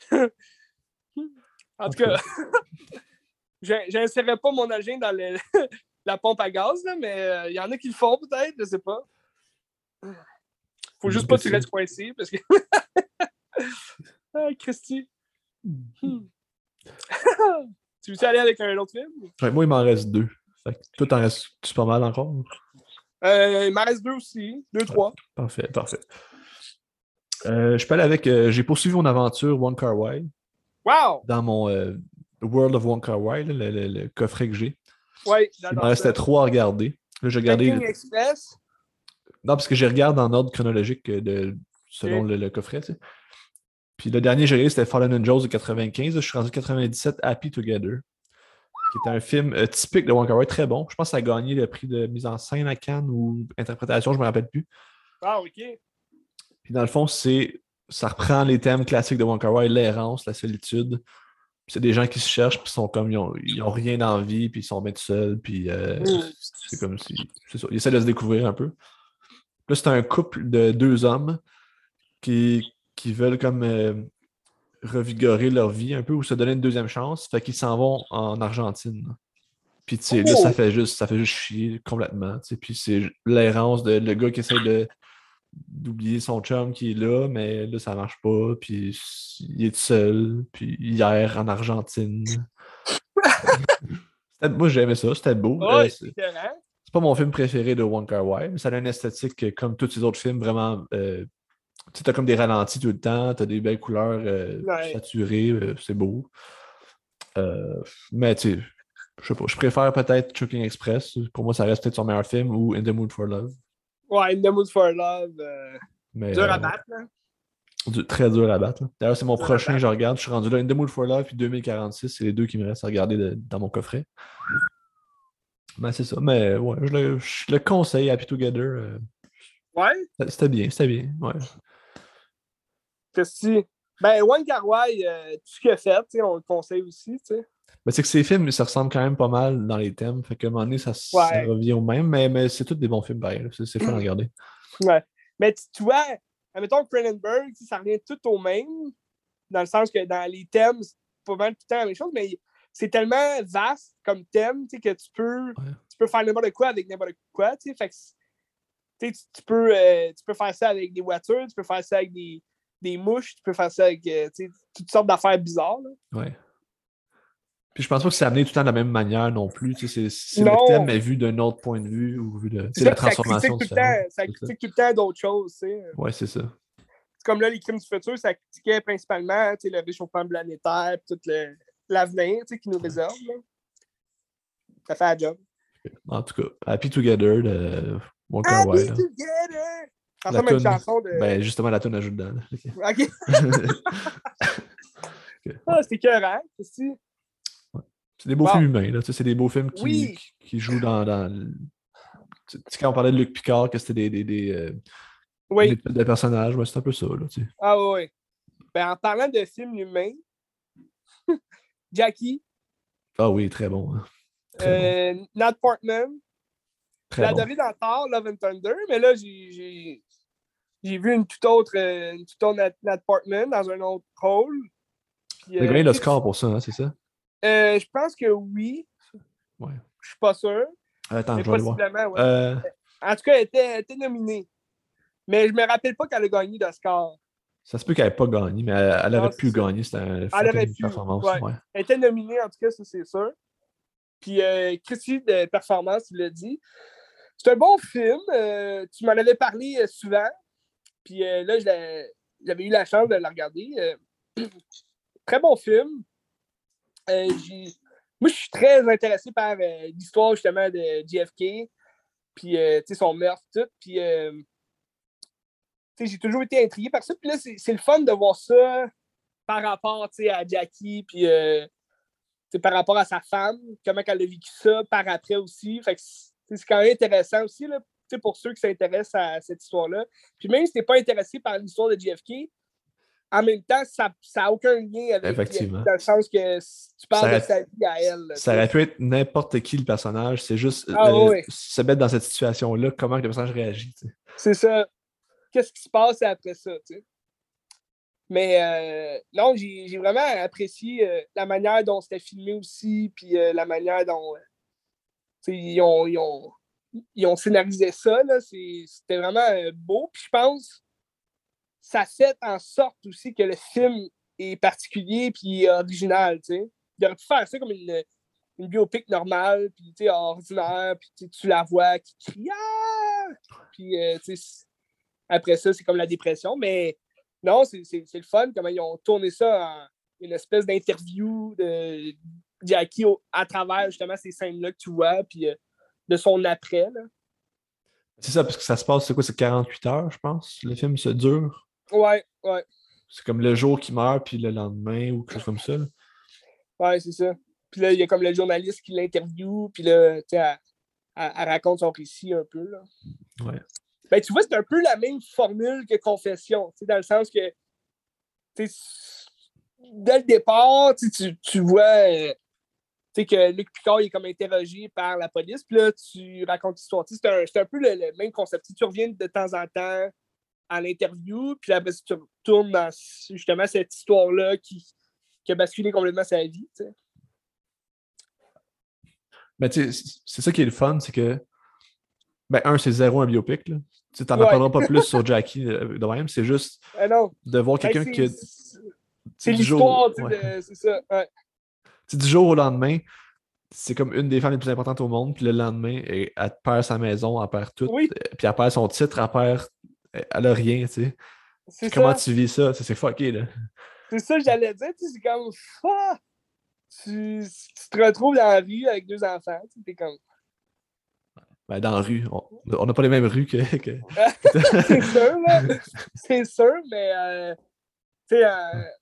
Speaker 1: En tout cas, j'insérerai pas mon agent dans la pompe à gaz, là, mais il y en a qui le font peut-être, je sais pas. Faut juste pas tirer du coincé, parce que... Christy. Tu veux-tu aller avec un autre film?
Speaker 2: Ouais, moi, il m'en reste 2. Fait que toi, t'en restes pas mal encore?
Speaker 1: Il m'en reste 2 aussi. 2, 3.
Speaker 2: Parfait. Je peux aller avec... j'ai poursuivi mon aventure Wong Kar-wai.
Speaker 1: Wow!
Speaker 2: Dans mon World of Wong Kar-wai, le coffret que j'ai.
Speaker 1: Ouais,
Speaker 2: il m'en restait 3 à regarder. Là, j'ai regardé...
Speaker 1: King Express?
Speaker 2: Non, parce que je regarde en ordre chronologique selon le coffret, tu sais. Puis le dernier que j'ai regardé, c'était Fallen Angels de 95. Là, je suis rendu 97, Happy Together, qui était un film typique de Wong Kar-wai, très bon. Je pense que ça a gagné le prix de mise en scène à Cannes ou interprétation, je ne me rappelle plus.
Speaker 1: Ah, OK.
Speaker 2: Puis dans le fond, ça reprend les thèmes classiques de Wong Kar-wai, l'errance, la solitude. Puis c'est des gens qui se cherchent, puis sont comme, ils ont rien d'envie, puis ils sont bien tout seuls, puis c'est comme si... C'est ça, ils essaient de se découvrir un peu. Là, c'est un couple de 2 hommes qui veulent comme revigorer leur vie un peu ou se donner une deuxième chance. Fait qu'ils s'en vont en Argentine. Puis tu sais, là, ça fait juste chier complètement. Puis c'est l'errance de le gars qui essaie d'oublier son chum qui est là, mais là, ça marche pas. Puis il est seul. Puis hier en Argentine. Moi, j'aimais ça, c'était beau. C'est pas mon film préféré de Wong Kar-wai, mais ça a une esthétique comme tous ces autres films, vraiment. Tu as comme des ralentis tout le temps, tu as des belles couleurs saturées, c'est beau. Mais tu sais, je sais pas, je préfère peut-être Choking Express. Pour moi, ça reste peut-être son meilleur film ou In the Mood for Love.
Speaker 1: Ouais, In the Mood for Love. Dur à battre, là.
Speaker 2: Très dur à battre. D'ailleurs, c'est mon prochain, je regarde. Je suis rendu là, In the Mood for Love puis 2046, c'est les 2 qui me restent à regarder dans mon coffret. Mais c'est ça. Mais ouais, je le conseille, Happy Together.
Speaker 1: Ouais?
Speaker 2: C'était bien, ouais.
Speaker 1: Qu'est-ce que ben, Wong Kar-wai, tout ce qu'il a fait, on le conseille aussi, tu sais.
Speaker 2: Mais c'est que ces films, ça ressemble quand même pas mal dans les thèmes. Fait qu'à un moment donné, ça revient au même, mais c'est tous des bons films, pareil. C'est fun à regarder.
Speaker 1: Ouais. Mais tu vois, admettons Cronenberg, ça revient tout au même, dans le sens que dans les thèmes, c'est pas mal tout le temps la même chose, mais c'est tellement vaste comme thème, que tu peux faire n'importe quoi avec n'importe quoi, tu sais. Fait que tu peux faire ça avec des voitures, tu peux faire ça avec des mouches, tu peux faire ça avec toutes sortes d'affaires bizarres. Là.
Speaker 2: Ouais. Puis je pense pas que c'est amené tout le temps de la même manière non plus. Tu sais, c'est le thème,
Speaker 1: Non,
Speaker 2: mais vu d'un autre point de vue ou vu de tu
Speaker 1: c'est
Speaker 2: sais,
Speaker 1: ça,
Speaker 2: la
Speaker 1: puis ça critique
Speaker 2: transformation
Speaker 1: tout le
Speaker 2: différente.
Speaker 1: temps, ça
Speaker 2: C'est ça.
Speaker 1: critique tout le temps d'autres choses, tu sais.
Speaker 2: Ouais, c'est ça.
Speaker 1: C'est comme là, les crimes du futur, ça critiquait principalement, tu sais, le réchauffement planétaire, puis tout l'avenir, tu sais, qui nous réserve, là. Ça fait la job.
Speaker 2: En tout cas, Happy Together de Walker
Speaker 1: Happy
Speaker 2: White.
Speaker 1: together! Ça
Speaker 2: La
Speaker 1: ressemble à une
Speaker 2: toune,
Speaker 1: chanson de...
Speaker 2: ben justement, la toune ajoute dedans.
Speaker 1: OK.
Speaker 2: Ouais.
Speaker 1: Ah, c'est écœurant, aussi.
Speaker 2: C'est des beaux
Speaker 1: Wow.
Speaker 2: films humains, là. Tu sais, c'est des beaux films
Speaker 1: Oui.
Speaker 2: qui jouent dans tu sais, quand on parlait de Luc Picard, que c'était une
Speaker 1: Oui.
Speaker 2: étude de personnages, ouais, c'est un peu ça, là, tu sais.
Speaker 1: Ah oui. Ben, en parlant de films humains, Jackie,
Speaker 2: Ah oui, très bon. Hein. Très bon.
Speaker 1: Nat Portman, je
Speaker 2: Très
Speaker 1: l'ai
Speaker 2: bon.
Speaker 1: adoré dans Thor, Love and Thunder, mais là, j'ai vu une toute autre Nat Portman dans un autre rôle. Puis,
Speaker 2: Il a gagné l'Oscar pour ça, hein, c'est ça?
Speaker 1: je pense que oui.
Speaker 2: Ouais.
Speaker 1: Je suis pas sûr.
Speaker 2: Attends,
Speaker 1: Mais
Speaker 2: je vais aller voir.
Speaker 1: possiblement, oui. En tout cas, elle était nominée. Mais je me rappelle pas qu'elle a gagné d'Oscar.
Speaker 2: Ça se peut qu'elle n'ait pas gagné, mais elle
Speaker 1: Non,
Speaker 2: aurait
Speaker 1: c'est
Speaker 2: pu
Speaker 1: ça.
Speaker 2: gagner. C'était
Speaker 1: Elle aurait
Speaker 2: une
Speaker 1: pu.
Speaker 2: performance.
Speaker 1: Ouais.
Speaker 2: Ouais.
Speaker 1: Elle était nominée, en tout cas, ça, c'est sûr. Puis, Christy de performance, tu l'as dit. C'est un bon film. Tu m'en avais parlé souvent. Puis là, j'avais eu la chance de la regarder. Très bon film. Moi, je suis très intéressé par l'histoire, justement, de JFK. Puis, tu sais, son meurtre, tout. Puis, j'ai toujours été intrigué par ça. Puis là, c'est le fun de voir ça par rapport, à Jackie. Puis, par rapport à sa femme, comment elle a vécu ça par après aussi. Fait que c'est quand même intéressant aussi, là, pour ceux qui s'intéressent à cette histoire-là. Puis même si tu n'es pas intéressé par l'histoire de JFK, en même temps, ça n'a aucun lien avec
Speaker 2: Effectivement.
Speaker 1: JFK, dans le sens que tu parles de sa vie à elle. Là,
Speaker 2: ça aurait pu être n'importe qui le personnage. C'est juste
Speaker 1: oui.
Speaker 2: se mettre dans cette situation-là, comment le personnage réagit. T'sais.
Speaker 1: C'est ça. Qu'est-ce qui se passe après ça, tu sais? Mais non, j'ai vraiment apprécié la manière dont c'était filmé aussi, puis la manière dont ils ont scénarisé ça. Là, c'était vraiment beau. Puis je pense ça fait en sorte aussi que le film est particulier puis original. T'sais. Il aurait pu faire ça comme une biopic normale, puis ordinaire, puis tu la vois qui crie « Ah! » Puis après ça, c'est comme la dépression. Mais non, c'est le fun comment ils ont tourné ça en une espèce d'interview de Jackie à travers justement ces scènes-là que tu vois, puis de son après. Là.
Speaker 2: C'est ça, parce que ça se passe, c'est quoi, c'est 48 heures, je pense. Le film se dure.
Speaker 1: Ouais.
Speaker 2: C'est comme le jour qui meurt, puis le lendemain, ou quelque chose comme ça. Là.
Speaker 1: Ouais, c'est ça. Puis là, il y a comme le journaliste qui l'interviewe, puis là, tu sais, elle raconte son récit un peu. Là.
Speaker 2: Ouais.
Speaker 1: Ben, tu vois, c'est un peu la même formule que Confession, dans le sens que, dès le départ, tu vois que Luc Picard il est comme interrogé par la police, puis là, tu racontes l'histoire. C'est un peu le même concept. Tu reviens de temps en temps à l'interview, puis après, tu retournes dans justement cette histoire-là qui a basculé complètement sa vie. T'sais.
Speaker 2: Ben, tu sais, c'est ça qui est le fun, c'est que, ben, c'est zéro un biopic, là. Tu n'en apprendras pas plus sur Jackie de même, c'est juste de voir quelqu'un qui.
Speaker 1: C'est l'histoire, c'est ça. Ouais.
Speaker 2: Du jour au lendemain, c'est comme une des femmes les plus importantes au monde, puis le lendemain, elle perd sa maison, elle perd tout,
Speaker 1: oui.
Speaker 2: Puis elle perd son titre, elle a rien, tu sais. Comment tu vis ça? C'est fucké, là.
Speaker 1: C'est ça que j'allais dire, c'est comme, tu te retrouves dans la rue avec 2 enfants, t'es comme...
Speaker 2: Ben, dans la rue, on n'a pas les mêmes rues que...
Speaker 1: c'est sûr, là. C'est sûr, mais tu sais,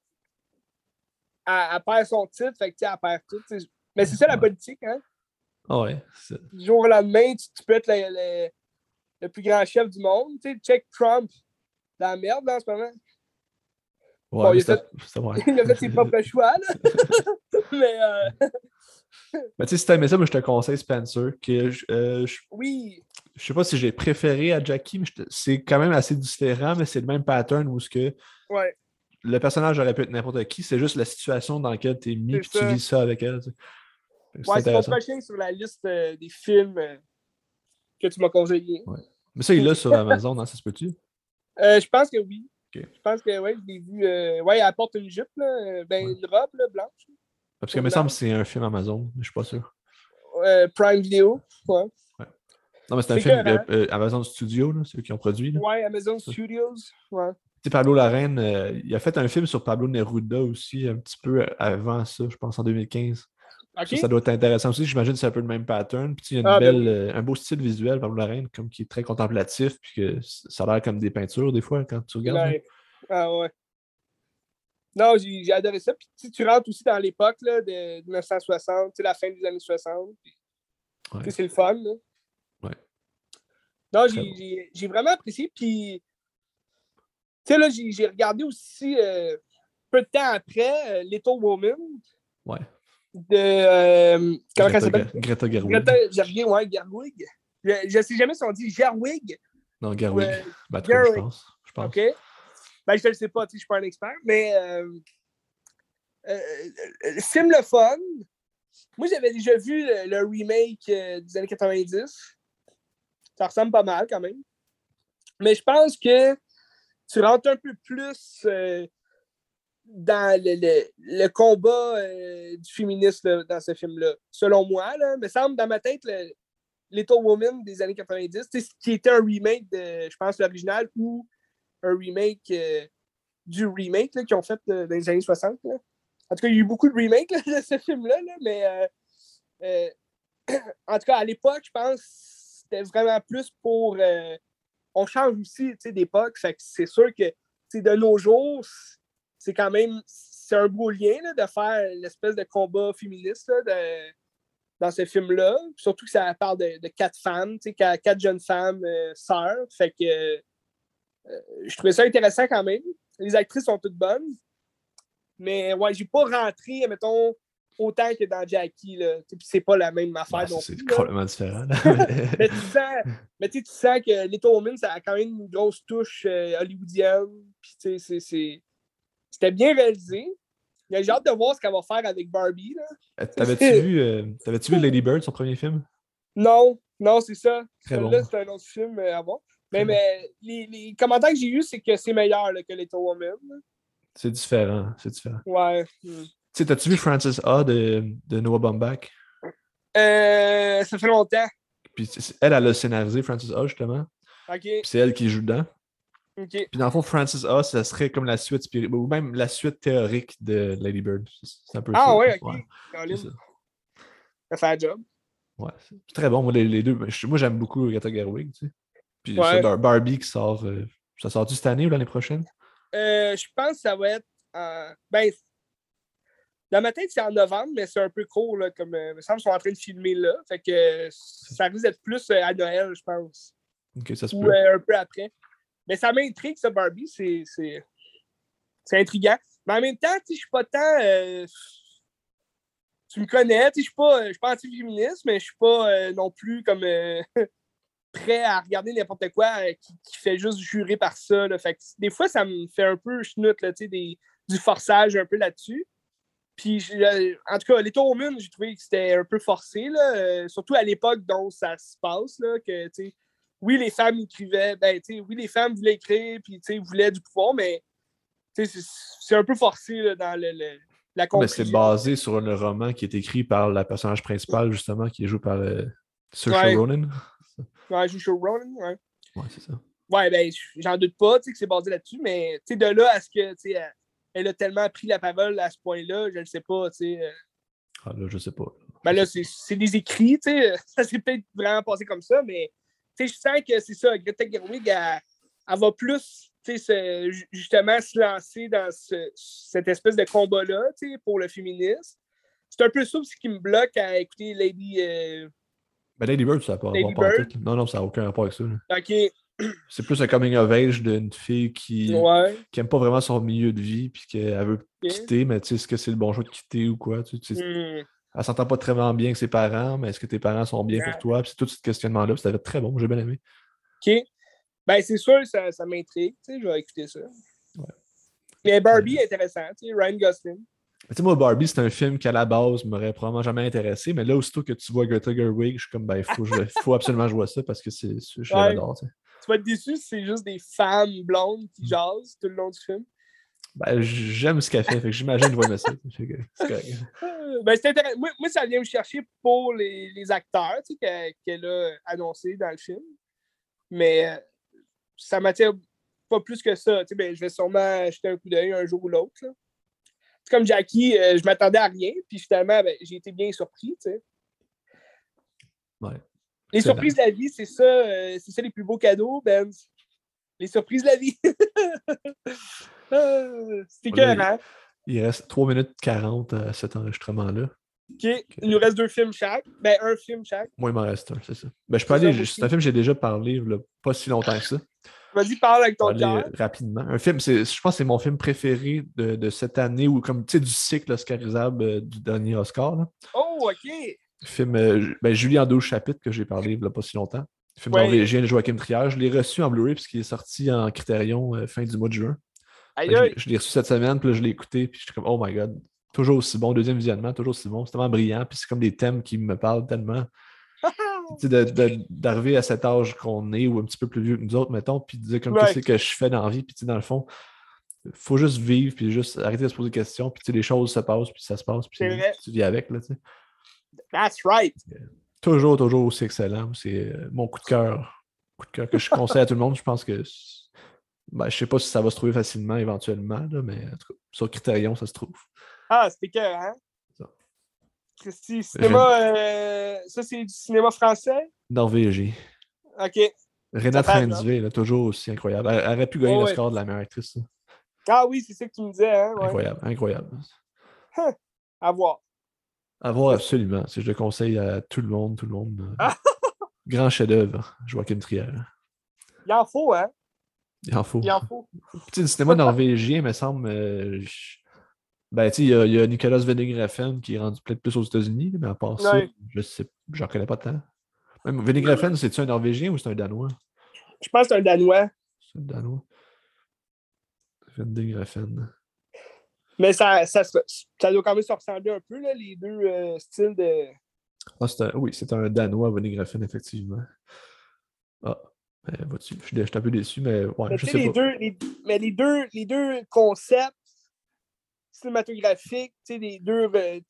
Speaker 1: elle perd son titre, fait que elle perd tout. T'sais. Mais c'est ça la politique, hein?
Speaker 2: Ah ouais, c'est ça.
Speaker 1: Du jour au lendemain, tu peux être le plus grand chef du monde. Tu sais, check Trump dans la merde là, en ce moment.
Speaker 2: Ouais,
Speaker 1: bon,
Speaker 2: mais
Speaker 1: il a fait ses propres choix, là. mais
Speaker 2: tu sais, si t'aimais ça, moi je te conseille Spencer, que
Speaker 1: oui.
Speaker 2: Je sais pas si j'ai préféré à Jackie, mais c'est quand même assez différent, mais c'est le même pattern où
Speaker 1: ouais.
Speaker 2: Le personnage aurait pu être n'importe qui, c'est juste la situation dans laquelle tu es mis et tu vis ça avec elle. Tu sais.
Speaker 1: Ouais, c'est mon prochain sur la liste des films que tu m'as conseillé.
Speaker 2: Ouais. Mais ça, il l'a sur Amazon, hein, ça se peut-tu?
Speaker 1: Je pense que oui.
Speaker 2: Okay.
Speaker 1: Je pense que oui, je l'ai vu. Ouais, elle porte une jupe, là, une robe là, blanche.
Speaker 2: Parce que, il me semble que c'est un film Amazon, mais je suis pas sûr.
Speaker 1: Prime Video, ouais.
Speaker 2: Non, mais c'est un film Amazon Studio, là, ceux qui ont produit. Là.
Speaker 1: Ouais, Amazon Studios, ouais.
Speaker 2: Tu sais, Pablo Larraín, il a fait un film sur Pablo Neruda aussi, un petit peu avant ça, je pense en 2015.
Speaker 1: OK.
Speaker 2: Ça doit être intéressant aussi. J'imagine que c'est un peu le même pattern. Puis il y a un beau style visuel, Pablo Larraín, comme qui est très contemplatif, puis que ça a l'air comme des peintures des fois quand tu regardes.
Speaker 1: Ouais. Ah ouais. Non, j'ai adoré ça. Puis tu rentres aussi dans l'époque là, de 1960, la fin des années 60. Puis, c'est le fun. Là.
Speaker 2: Ouais.
Speaker 1: Non, j'ai vraiment apprécié. Puis, tu sais, là, j'ai regardé aussi peu de temps après Little Woman.
Speaker 2: Ouais.
Speaker 1: De. Comment elle s'appelle?
Speaker 2: Greta Gerwig.
Speaker 1: Gerwig. Je ne sais jamais si on dit Gerwig.
Speaker 2: Non, Gerwig. Je pense.
Speaker 1: OK. Ben, je ne le sais pas, je ne suis pas un expert, mais film le fun. Moi, j'avais déjà vu le remake des années 90. Ça ressemble pas mal quand même. Mais je pense que tu rentres un peu plus dans le combat du féminisme dans ce film-là. Selon moi, là, me semble dans ma tête, Little Woman des années 90, qui était un remake de, je pense, l'original ou un remake du remake qu'ils ont fait dans les années 60. Là. En tout cas, il y a eu beaucoup de remakes là, de ce film-là, mais en tout cas, à l'époque, je pense que c'était vraiment plus pour... on change aussi d'époque, fait que c'est sûr que de nos jours, c'est quand même c'est un beau lien là, de faire l'espèce de combat féministe là, dans ce film-là. Surtout que ça parle de 4 femmes, 4 jeunes femmes sœurs. Fait que je trouvais ça intéressant quand même. Les actrices sont toutes bonnes. Mais ouais, j'ai pas rentré, mettons, autant que dans Jackie. Là. Puis c'est pas la même affaire non
Speaker 2: plus.
Speaker 1: C'est
Speaker 2: complètement différent.
Speaker 1: mais tu sens que Little Woman, ça a quand même une grosse touche hollywoodienne. Puis c'était bien réalisé. J'ai hâte de voir ce qu'elle va faire avec Barbie. Là.
Speaker 2: T'avais-tu vu Lady Bird, son premier film?
Speaker 1: Non, c'est ça.
Speaker 2: Bon.
Speaker 1: Là, c'est un autre film à voir. Mais les commentaires que j'ai eus, c'est que c'est meilleur là, que Little Woman. Là.
Speaker 2: C'est différent.
Speaker 1: Ouais.
Speaker 2: T'as-tu vu Frances Ha de Noah Baumbach?
Speaker 1: Ça fait longtemps.
Speaker 2: Puis elle a scénarisé Frances Ha, justement.
Speaker 1: OK.
Speaker 2: Puis c'est elle qui joue dedans.
Speaker 1: OK.
Speaker 2: Puis dans le fond, Frances Ha, ça serait comme la suite spirituelle, ou même la suite théorique de Lady Bird. C'est un peu ça.
Speaker 1: Ah ouais, OK.
Speaker 2: Ouais,
Speaker 1: ça fait un job.
Speaker 2: Ouais, c'est très bon. Moi, les deux, moi j'aime beaucoup Greta Gerwig, tu sais. Puis Barbie qui sort, ça sort-tu cette année ou l'année prochaine?
Speaker 1: Je pense que ça va être ben, dans ma tête, c'est en novembre, mais c'est un peu court, là, comme il me semble qu'ils sont en train de filmer là. Fait que ça risque d'être plus à Noël, je pense.
Speaker 2: OK, ça se peut.
Speaker 1: Ou un peu après. Mais ça m'intrigue, ça, Barbie. C'est intriguant. Mais en même temps, je suis pas tant... tu me connais, je suis pas anti-féministe, mais je suis pas non plus comme prêt à regarder n'importe quoi qui fait juste jurer par ça. Là. Fait que, des fois, ça me fait un peu chenoute, là, du forçage un peu là-dessus. Puis, en tout cas, Little Woman, j'ai trouvé que c'était un peu forcé, là, surtout à l'époque dont ça se passe, là, que, oui, les femmes écrivaient, oui, les femmes voulaient écrire, puis, voulaient du pouvoir, mais, c'est un peu forcé, là, dans la conclusion.
Speaker 2: Mais c'est basé sur un roman qui est écrit par la personnage principale, justement, qui est joué par Saoirse Ronan.
Speaker 1: Ouais, Saoirse Ronan, ouais.
Speaker 2: Ouais, c'est ça.
Speaker 1: Ouais, j'en doute pas, que c'est basé là-dessus, mais, de là à ce que, elle a tellement pris la parole à ce point-là, je ne sais pas,
Speaker 2: Ah là, je sais pas.
Speaker 1: Ben là, c'est des écrits, ça s'est peut-être vraiment passé comme ça, mais je sens que c'est ça, Greta Gerwig, elle va plus, justement, se lancer dans cette espèce de combat-là, pour le féminisme. C'est un peu ça aussi qui me bloque à écouter Lady...
Speaker 2: Ben Lady Bird, ça n'a pas rapport à tout. Non, ça n'a aucun rapport avec ça. Là.
Speaker 1: OK.
Speaker 2: C'est plus un coming of age d'une fille qui aime pas vraiment son milieu de vie puis qu'elle veut quitter, mais est-ce que c'est le bon choix de quitter ou quoi? Elle s'entend pas très bien avec ses parents, mais est-ce que tes parents sont bien pour toi? Puis c'est tout ce questionnement-là, c'était très bon, j'ai bien aimé.
Speaker 1: OK. Ben c'est sûr, ça m'intrigue, je vais écouter ça. Ouais. Mais Barbie est intéressant, Ryan Gosling.
Speaker 2: Moi, Barbie, c'est un film qui, à la base, m'aurait probablement jamais intéressé, mais là, aussitôt que tu vois Greta Gerwig, je suis comme, faut absolument jouer ça parce que je l'adore.
Speaker 1: Tu vas être déçu si c'est juste des femmes blondes qui jasent tout le long du film.
Speaker 2: Ben, j'aime ce qu'elle fait, fait que j'imagine que je vais aimer ça. C'est correct.
Speaker 1: Ben, c'est intéressant. Moi, ça vient me chercher pour les acteurs qu'elle a annoncé dans le film. Mais ça m'attire pas plus que ça. Ben, je vais sûrement jeter un coup d'œil un jour ou l'autre. Là. C'est comme Jackie, je m'attendais à rien. Puis finalement, ben, j'ai été bien surpris.
Speaker 2: Ouais.
Speaker 1: Les surprises de la vie, c'est ça les plus beaux cadeaux, Ben. Les surprises de la vie. C'est écœurant.
Speaker 2: Il reste 3 minutes 40 à cet enregistrement-là.
Speaker 1: OK. Il nous reste 2 films chaque. Ben, un film chaque.
Speaker 2: Moi, il m'en reste un, c'est ça. Ben, je peux aller. C'est un film que j'ai déjà parlé, là, pas si longtemps que ça.
Speaker 1: Vas-y, parle avec ton cœur.
Speaker 2: Rapidement. Un film, je pense que c'est mon film préféré de cette année, ou comme du cycle oscarisable du dernier Oscar. Là.
Speaker 1: Oh, OK.
Speaker 2: Film Julie en 12 chapitres que j'ai parlé il n'y a pas si longtemps. Film norvégien de Joachim Trier. Je l'ai reçu en Blu-ray puisqu'il est sorti en Criterion fin du mois de juin. Je l'ai reçu cette semaine, puis là, je l'ai écouté, puis j'étais comme, oh my god, toujours aussi bon. Deuxième visionnement, toujours aussi bon. C'est tellement brillant, puis c'est comme des thèmes qui me parlent tellement. D'arriver à cet âge qu'on est, ou un petit peu plus vieux que nous autres, mettons, puis de dire comme qu'est-ce que je fais dans la vie, puis dans le fond, il faut juste vivre, puis juste arrêter de se poser des questions, puis les choses se passent, puis ça se passe, puis tu vis avec, là, tu sais.
Speaker 1: That's right.
Speaker 2: Toujours aussi excellent. C'est mon coup de cœur que je conseille à tout le monde. Je pense que je sais pas si ça va se trouver facilement éventuellement, là, mais en tout cas, sur Criterion, ça se trouve.
Speaker 1: Ah, c'était cœur, hein? Christy, cinéma, ça, c'est du cinéma français?
Speaker 2: Norvégien.
Speaker 1: OK.
Speaker 2: Renate Reinsve, toujours aussi incroyable. Elle aurait pu gagner le score de la meilleure actrice. Ça.
Speaker 1: Ah oui, c'est ça que tu me disais, hein? Ouais.
Speaker 2: Incroyable.
Speaker 1: À voir.
Speaker 2: À voir, absolument. Je le conseille à tout le monde. Grand chef-d'œuvre, Joachim Trier.
Speaker 1: Il en faut, hein?
Speaker 2: Il en faut.
Speaker 1: Puis,
Speaker 2: le cinéma norvégien, me semble. Il y a Nicolas Winding Refn qui est rendu peut-être plus aux États-Unis, mais à part ça, j'en connais pas tant. Même Winding Refn, c'est-tu un Norvégien ou c'est un Danois?
Speaker 1: Je pense que c'est un Danois.
Speaker 2: C'est un Danois. Winding Refn.
Speaker 1: Mais ça doit quand même se ressembler un peu, là, les deux styles de.
Speaker 2: Oui, c'est un Danois, Winding Refn, effectivement. Ah, vois-tu, je suis un peu déçu, mais ouais, je sais pas.
Speaker 1: Les deux concepts cinématographiques, les deux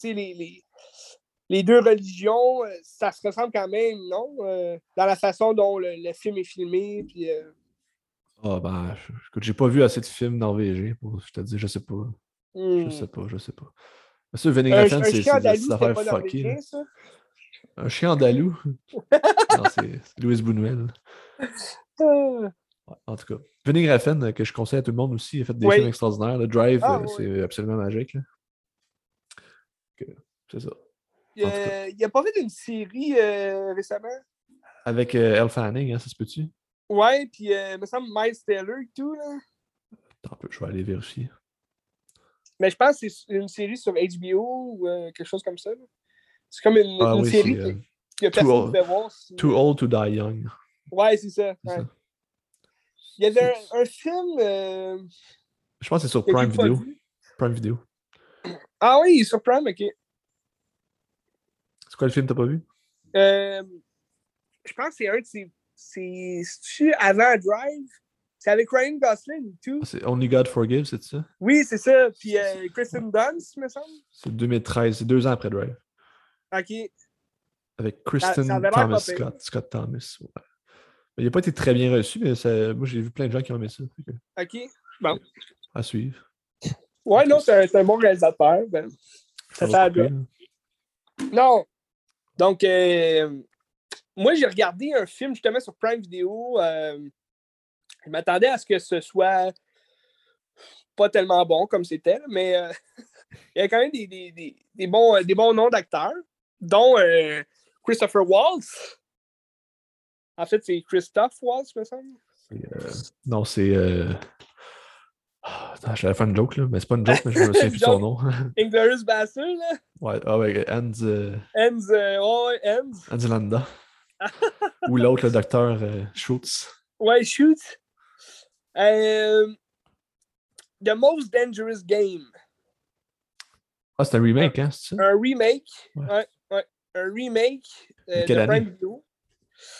Speaker 1: religions, ça se ressemble quand même, non? Dans la façon dont le film est filmé. Puis,
Speaker 2: écoute, j'ai pas vu assez de films norvégiens, je te dis, je sais pas. Je sais pas. Mais ça, Winding Refn, c'est des affaires fuckées. Un chien andalou? Non, c'est Louise Bounouel. En tout cas, Winding Refn, que je conseille à tout le monde aussi, il a fait des films extraordinaires. Le Drive, c'est absolument magique. Là. C'est ça.
Speaker 1: Il a pas fait une série récemment?
Speaker 2: Avec Elle Fanning, hein, ça se peut-tu?
Speaker 1: Ouais, puis il me semble Miles Teller et tout. Là.
Speaker 2: Attends un peu, je vais aller vérifier.
Speaker 1: Mais je pense que c'est une série sur HBO ou quelque chose comme ça. Là. C'est comme une série que personne ne pouvait voir.
Speaker 2: Too Old to Die Young.
Speaker 1: Ouais, c'est ça. Ouais. Il y avait un film.
Speaker 2: Je pense que c'est sur Prime Video. Prime Video.
Speaker 1: Ah oui, il est sur Prime, ok.
Speaker 2: C'est quoi le film que t'as pas vu?
Speaker 1: Je pense que c'est un de ces. C'est avant Drive. C'est avec Ryan Gosling et tout.
Speaker 2: C'est Only God Forgives, c'est ça?
Speaker 1: Oui, c'est ça. Puis Kristen Dunst, me semble.
Speaker 2: C'est 2013, c'est 2 ans après Drive.
Speaker 1: OK.
Speaker 2: Avec Kristen Scott Thomas. Ouais. Il n'a pas été très bien reçu, mais moi, j'ai vu plein de gens qui ont aimé ça.
Speaker 1: OK. Bon.
Speaker 2: À suivre.
Speaker 1: Ouais, non, c'est un bon réalisateur. Ben, ça fait à deux. Non. Donc, moi, j'ai regardé un film justement sur Prime Video. Je m'attendais à ce que ce soit pas tellement bon comme c'était, mais il y a quand même des bons noms d'acteurs, dont Christopher Waltz. En fait, c'est Christophe Waltz, me semble.
Speaker 2: Non, c'est. Attends, j'allais faire une joke, là, mais c'est pas une joke, mais je me souviens plus de son nom.
Speaker 1: Inglourious Basterds, là.
Speaker 2: Ouais, Hans Landa. Ou l'autre, le docteur Schultz.
Speaker 1: Ouais, Schultz. The Most Dangerous Game.
Speaker 2: Ah, c'est un remake, hein, c'est ça?
Speaker 1: Un remake. Ouais. Un remake de Prime Video.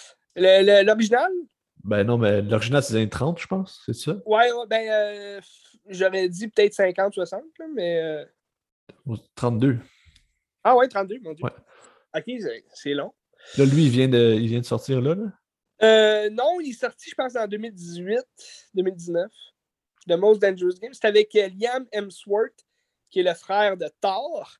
Speaker 1: L'original?
Speaker 2: Ben non, mais l'original, c'est les années 30, je pense, c'est ça?
Speaker 1: Ouais, j'aurais dit peut-être 50, 60, là, mais...
Speaker 2: 32.
Speaker 1: Ah ouais, 32, mon Dieu.
Speaker 2: Ouais.
Speaker 1: OK, c'est long.
Speaker 2: Là, lui, il vient de sortir là.
Speaker 1: Non, il est sorti, je pense, en 2018, 2019. The Most Dangerous Game. C'est avec Liam Hemsworth, qui est le frère de Thor.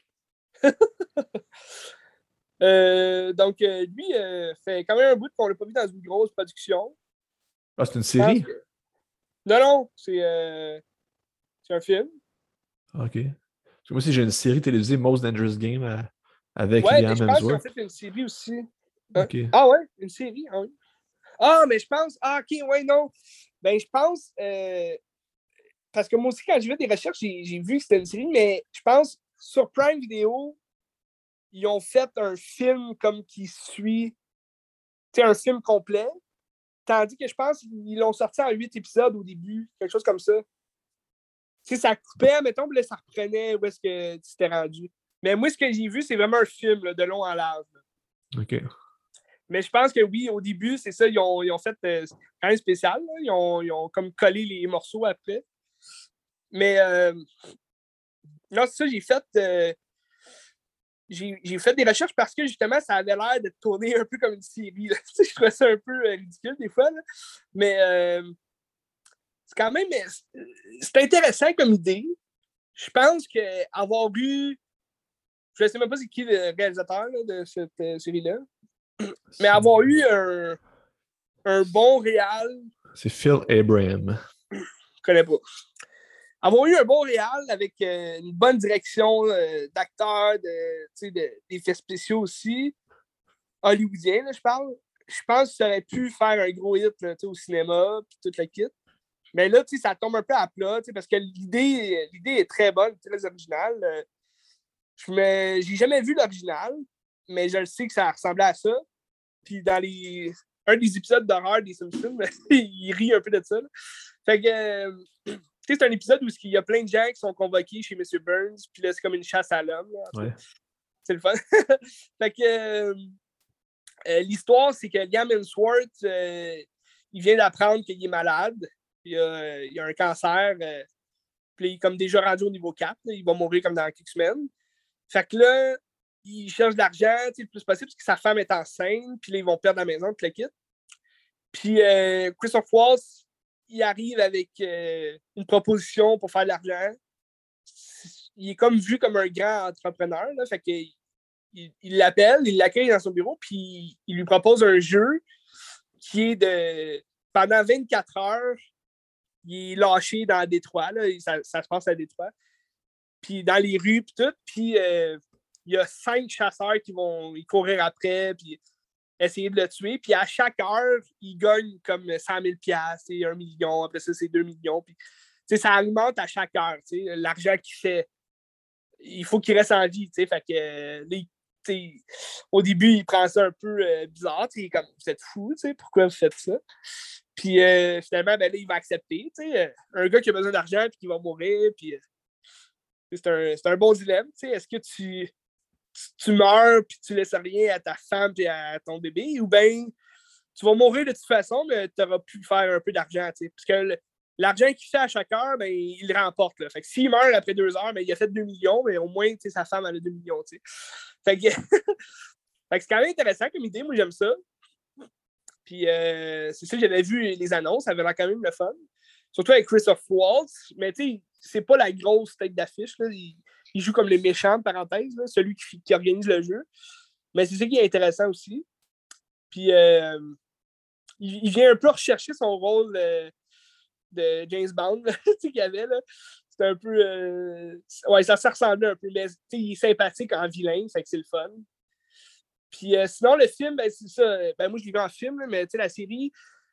Speaker 1: Donc, lui, fait quand même un bout qu'on l'a pas vu dans une grosse production.
Speaker 2: Ah, c'est une série?
Speaker 1: Non, c'est un film.
Speaker 2: OK. Parce que moi aussi, j'ai une série télévisée, Most Dangerous Game, avec
Speaker 1: Ouais, mais
Speaker 2: Liam
Speaker 1: je pense qu'ils ont
Speaker 2: Hemsworth.
Speaker 1: fait une série aussi.
Speaker 2: OK.
Speaker 1: Ah ouais, une série, ah oui. Ah, mais je pense... Ah, OK, ouais, non. Ben, je pense... parce que moi aussi, quand j'ai fait des recherches, j'ai vu que c'était une série, mais je pense, sur Prime Video, ils ont fait un film comme qui suit... Tu sais, un film complet. Tandis que je pense qu'ils l'ont sorti en 8 épisodes au début, quelque chose comme ça. Tu sais, ça coupait, mettons, puis là, ça reprenait où est-ce que tu t'es rendu. Mais moi, ce que j'ai vu, c'est vraiment un film là, de long en large.
Speaker 2: OK.
Speaker 1: Mais je pense que oui, au début, c'est ça, ils ont fait quand même spécial. Là. Ils ont comme collé les morceaux après. Mais non, c'est ça, j'ai fait des recherches parce que justement, ça avait l'air de tourner un peu comme une série. Là. Je trouvais ça un peu ridicule des fois. Là. Mais c'est quand même c'est intéressant comme idée. Je pense qu'avoir eu. Je ne sais même pas c'est qui le réalisateur là, de cette série-là. Mais avoir eu un bon réal.
Speaker 2: C'est Phil Abraham.
Speaker 1: Je connais pas. Avoir eu un bon réal avec une bonne direction d'acteurs, d'effets spéciaux aussi, hollywoodien, là, je parle. Je pense que ça aurait pu faire un gros hit là, au cinéma, puis toute la kit. Mais là, ça tombe un peu à plat, parce que l'idée est très bonne, très originale. J'ai jamais vu l'original, mais je le sais que ça ressemblait à ça. Puis dans un des épisodes d'horreur des Simpsons, il rit un peu de ça. Là. Fait que c'est un épisode où il y a plein de gens qui sont convoqués chez M. Burns, puis là, c'est comme une chasse à l'homme.
Speaker 2: Ouais.
Speaker 1: C'est le fun. Fait que l'histoire, c'est que Liam Hemsworth, il vient d'apprendre qu'il est malade. Il a un cancer. Puis il est comme déjà rendu au niveau 4. Là, il va mourir comme dans quelques semaines. Fait que là, il cherche de l'argent le plus possible parce que sa femme est enceinte. Puis là, ils vont perdre la maison, tout le kit. Puis Christophe Waltz, il arrive avec une proposition pour faire de l'argent. Il est comme vu comme un grand entrepreneur. Là, fait qu'il il l'appelle, il l'accueille dans son bureau, puis il lui propose un jeu qui est de... Pendant 24 heures, il est lâché dans Détroit. Là, ça se passe à Détroit. Puis dans les rues, puis tout. Puis il y a 5 chasseurs qui vont y courir après, puis essayer de le tuer. Puis à chaque heure, il gagne comme 100 000 $, 1 million. Après ça, c'est 2 millions. Puis ça augmente à chaque heure. L'argent qu'il fait, il faut qu'il reste en vie. Fait que au début, il prend ça un peu bizarre. Il est comme, vous êtes fou, pourquoi vous faites ça? Puis finalement, ben, là, il va accepter. Un gars qui a besoin d'argent et qui va mourir. Puis c'est un bon dilemme. Est-ce que tu meurs et tu laisses rien à ta femme et à ton bébé, ou bien tu vas mourir de toute façon, mais tu auras pu faire un peu d'argent. Parce que l'argent qu'il fait à chaque heure, ben, il le remporte. Là. Fait que s'il meurt après 2 heures, ben, il a fait 2 millions, mais au moins sa femme elle a 2 millions. Fait que, fait que c'est quand même intéressant comme idée. Moi, j'aime ça. Puis c'est ça, j'avais vu les annonces, ça avait l'air quand même le fun. Surtout avec Christoph Waltz, mais tu sais, c'est pas la grosse tête d'affiche. Là. Il joue comme les méchants, parenthèse, là, celui qui organise le jeu. Mais c'est ça qui est intéressant aussi. Puis il vient un peu rechercher son rôle de James Bond qu'il y avait. Là. C'était un peu. Ouais, ça se ressemblait un peu, mais il est sympathique en vilain, fait que c'est le fun. Puis sinon, le film, ben, c'est ça. Ben, moi, je l'ai vu en film, là, mais la série,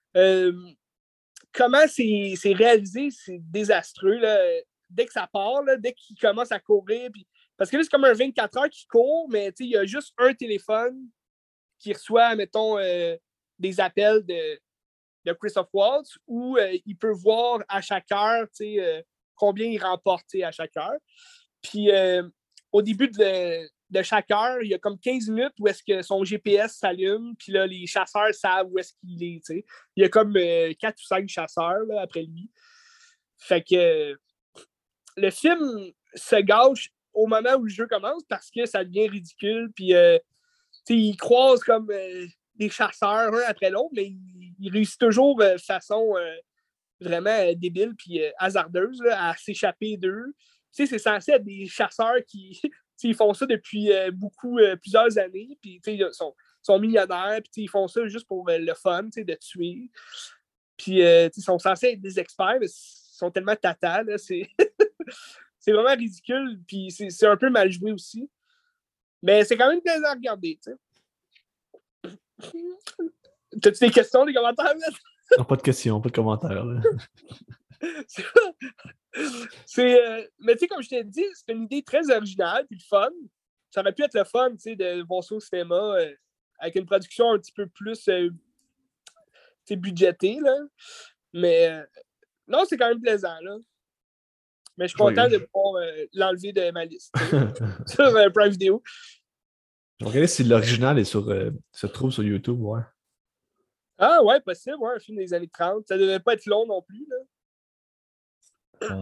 Speaker 1: comment c'est réalisé, c'est désastreux. Là. Dès que ça part, là, dès qu'il commence à courir, puis... parce que là, c'est comme un 24 heures qui court, mais il y a juste un téléphone qui reçoit, mettons, des appels de Christoph Waltz, où il peut voir à chaque heure combien il remporte à chaque heure. Puis au début de chaque heure, il y a comme 15 minutes où est-ce que son GPS s'allume, puis là, les chasseurs savent où est-ce qu'il est. T'sais. Il y a comme 4 ou 5 chasseurs là, après lui. Fait que le film se gâche au moment où le jeu commence parce que ça devient ridicule. Puis, ils croisent comme des chasseurs un après l'autre, mais ils réussissent toujours de façon vraiment débile puis hasardeuse là, à s'échapper d'eux. C'est censé être des chasseurs qui ils font ça depuis plusieurs années. Puis, ils sont millionnaires. Puis, ils font ça juste pour le fun de tuer. Puis, ils sont censés être des experts, mais ils sont tellement tata. Là, c'est vraiment ridicule. Puis, c'est un peu mal joué aussi. Mais c'est quand même plaisant à regarder. T'as-tu des questions, des commentaires?
Speaker 2: Non, pas de questions, pas de commentaires. Là.
Speaker 1: Mais tu sais, comme je t'ai dit, c'est une idée très originale puis le fun. Ça aurait pu être le fun de voir ça au cinéma avec une production un petit peu plus budgétée. Là. Mais non, c'est quand même plaisant. Là. Mais je suis content de pouvoir l'enlever de ma liste sur Prime Video.
Speaker 2: Je vais regarder si l'original est se trouve sur YouTube. Ouais.
Speaker 1: Ah ouais, possible. Ouais, un film des années 30. Ça devait pas être long non plus. Là.